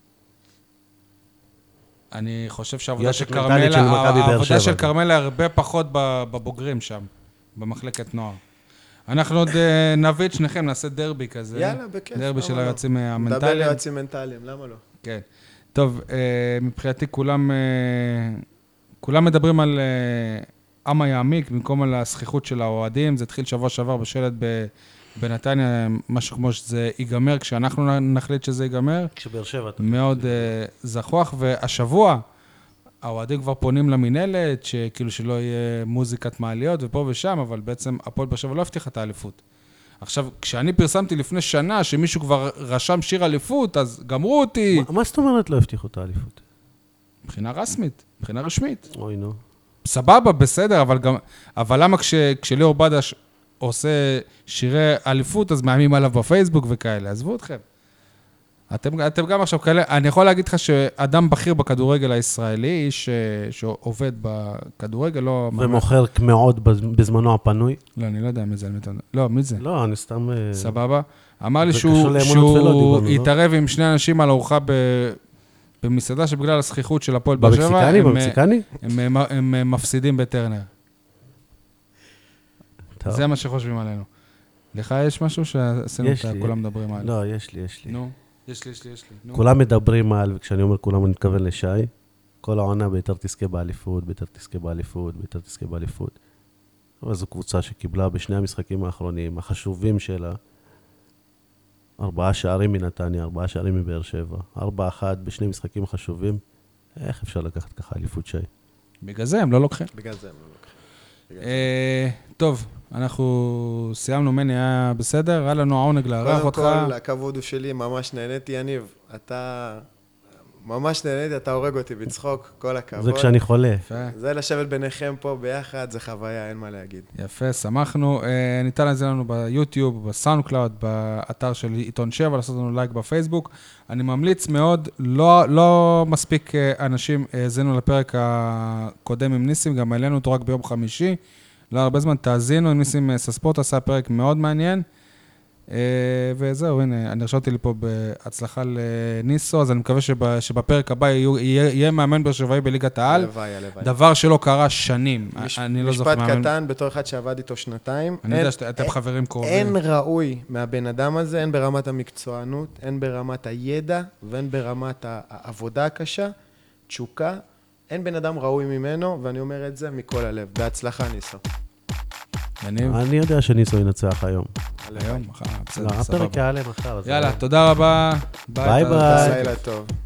אני חושב שהעבודה יועצת של מנטלית של כרמלה, מכבי באר העבודה שבע. של כרמלה הרבה פחות ב- בבוגרים שם, במחלקת נוער. אנחנו עוד אה, נביא את שניכם, נעשה דרבי כזה. יאללה, בכיף. דרבי למה של לא? היועצים אה, נדבר המנטליים. ליועצים מנטליים, למה לא? כן. טוב, אה, מבחינתי כולם, אה, כולם מדברים על אה, עם היעמיק, במקום על הזכיחות של האוהדים. זה התחיל שבוע שעבר בשלט ב- בנתניה, משהו כמו שזה ייגמר, כשאנחנו נחליט שזה ייגמר. כשבאר שבע. מאוד אה, זכוח, והשבוע האוהדים כבר פונים למנהלת, שכאילו שלא יהיה מוזיקת מעליות ופה ושם, אבל בעצם הפועל באר שבע לא הבטיחה את האליפות. עכשיו, כשאני פרסמתי לפני שנה שמישהו כבר רשם שיר אליפות, אז גמרו אותי. מה- מה זאת אומרת לא הבטיחו את האליפות? מבחינה רסמית, מבחינה רשמית. אוי, נו. סבבה, בסדר, אבל גם, אבל למה כש, כשליאור בדש עושה שירי אליפות, אז מאיימים עליו בפייסבוק וכאלה? עזבו אתכם. אתם, אתם גם עכשיו כאלה, אני יכול להגיד לך שאדם בכיר בכדורגל הישראלי, איש אה, שעובד בכדורגל, לא... ומוכר קמעות בז- בזמנו הפנוי? לא, אני לא יודע מי זה, על מי אתה... לא, מי זה? לא, אני סתם... אה, סבבה. אמר לי זה שהוא, קשור לאמונות שהוא ולא דיברנו, לא? התערב עם שני אנשים על ארוחה ב... במסעדה שבגלל הזכיחות של הפועל באר שבע, במקסיקני? הם, במקסיקני? הם, הם, הם, הם מפסידים בטרנר. טוב. זה מה שחושבים עלינו. לך יש משהו שעשינו יש את לי. כולם מדברים על? לא, יש לי, יש לי. נו, יש לי, יש לי, יש לי. נו. כולם מדברים על, וכשאני אומר כולם אני מתכוון לשי, כל העונה ביתר תזכה באליפות, ביתר תזכה באליפות, ביתר תזכה באליפות. אבל זו קבוצה שקיבלה בשני המשחקים האחרונים, החשובים שלה, ארבעה שערים מנתניה, ארבעה שערים מבאר שבע, ארבע אחת בשני משחקים חשובים. איך אפשר לקחת ככה אליפות שי? בגלל זה הם לא לוקחים. בגלל זה הם לא לוקחים. בגלל זה. אה, טוב, אנחנו סיימנו, מני, היה בסדר? היה לנו העונג לארח קודם אותך. כל, הכבוד הוא שלי, ממש נהניתי, יניב. אתה... ממש נהניתי, אתה הורג אותי בצחוק, כל הכבוד. זה כשאני חולה. יפה, זה לשבת ביניכם פה ביחד, זה חוויה, אין מה להגיד. יפה, שמחנו. אה, ניתן לזה לנו ביוטיוב, בסאונד קלאוד, באתר של עיתון שבע, לעשות לנו לייק בפייסבוק. אני ממליץ מאוד, לא, לא מספיק אה, אנשים האזינו לפרק הקודם עם ניסים, גם העלינו אותו רק ביום חמישי. לא הרבה זמן, תאזינו עם ניסים סספורט, עשה פרק מאוד מעניין. אה, וזהו, הנה, אני הרשמתי לי פה בהצלחה לניסו, אז אני מקווה שב, שבפרק הבא יהיו, יהיה, יהיה מאמן באר שבעי בליגת העל. הלוואי, הלוואי. דבר שלא קרה שנים. מש- אני לא זוכר. משפט מאמן- קטן, בתור אחד שעבד איתו שנתיים. אני אין- יודע שאתם אין- חברים קרובים. אין ראוי מהבן אדם הזה, אין ברמת המקצוענות, אין ברמת הידע, ואין ברמת ה- העבודה הקשה, תשוקה. אין בן אדם ראוי ממנו, ואני אומר את זה מכל הלב. בהצלחה, ניסו. יניב? אני יודע שניסו ינצח היום. היום, מחר, בסדר, לא, סבבה. הפרק יעלה מחר. אז יאללה, תודה רבה. ביי ביי. לילה טוב.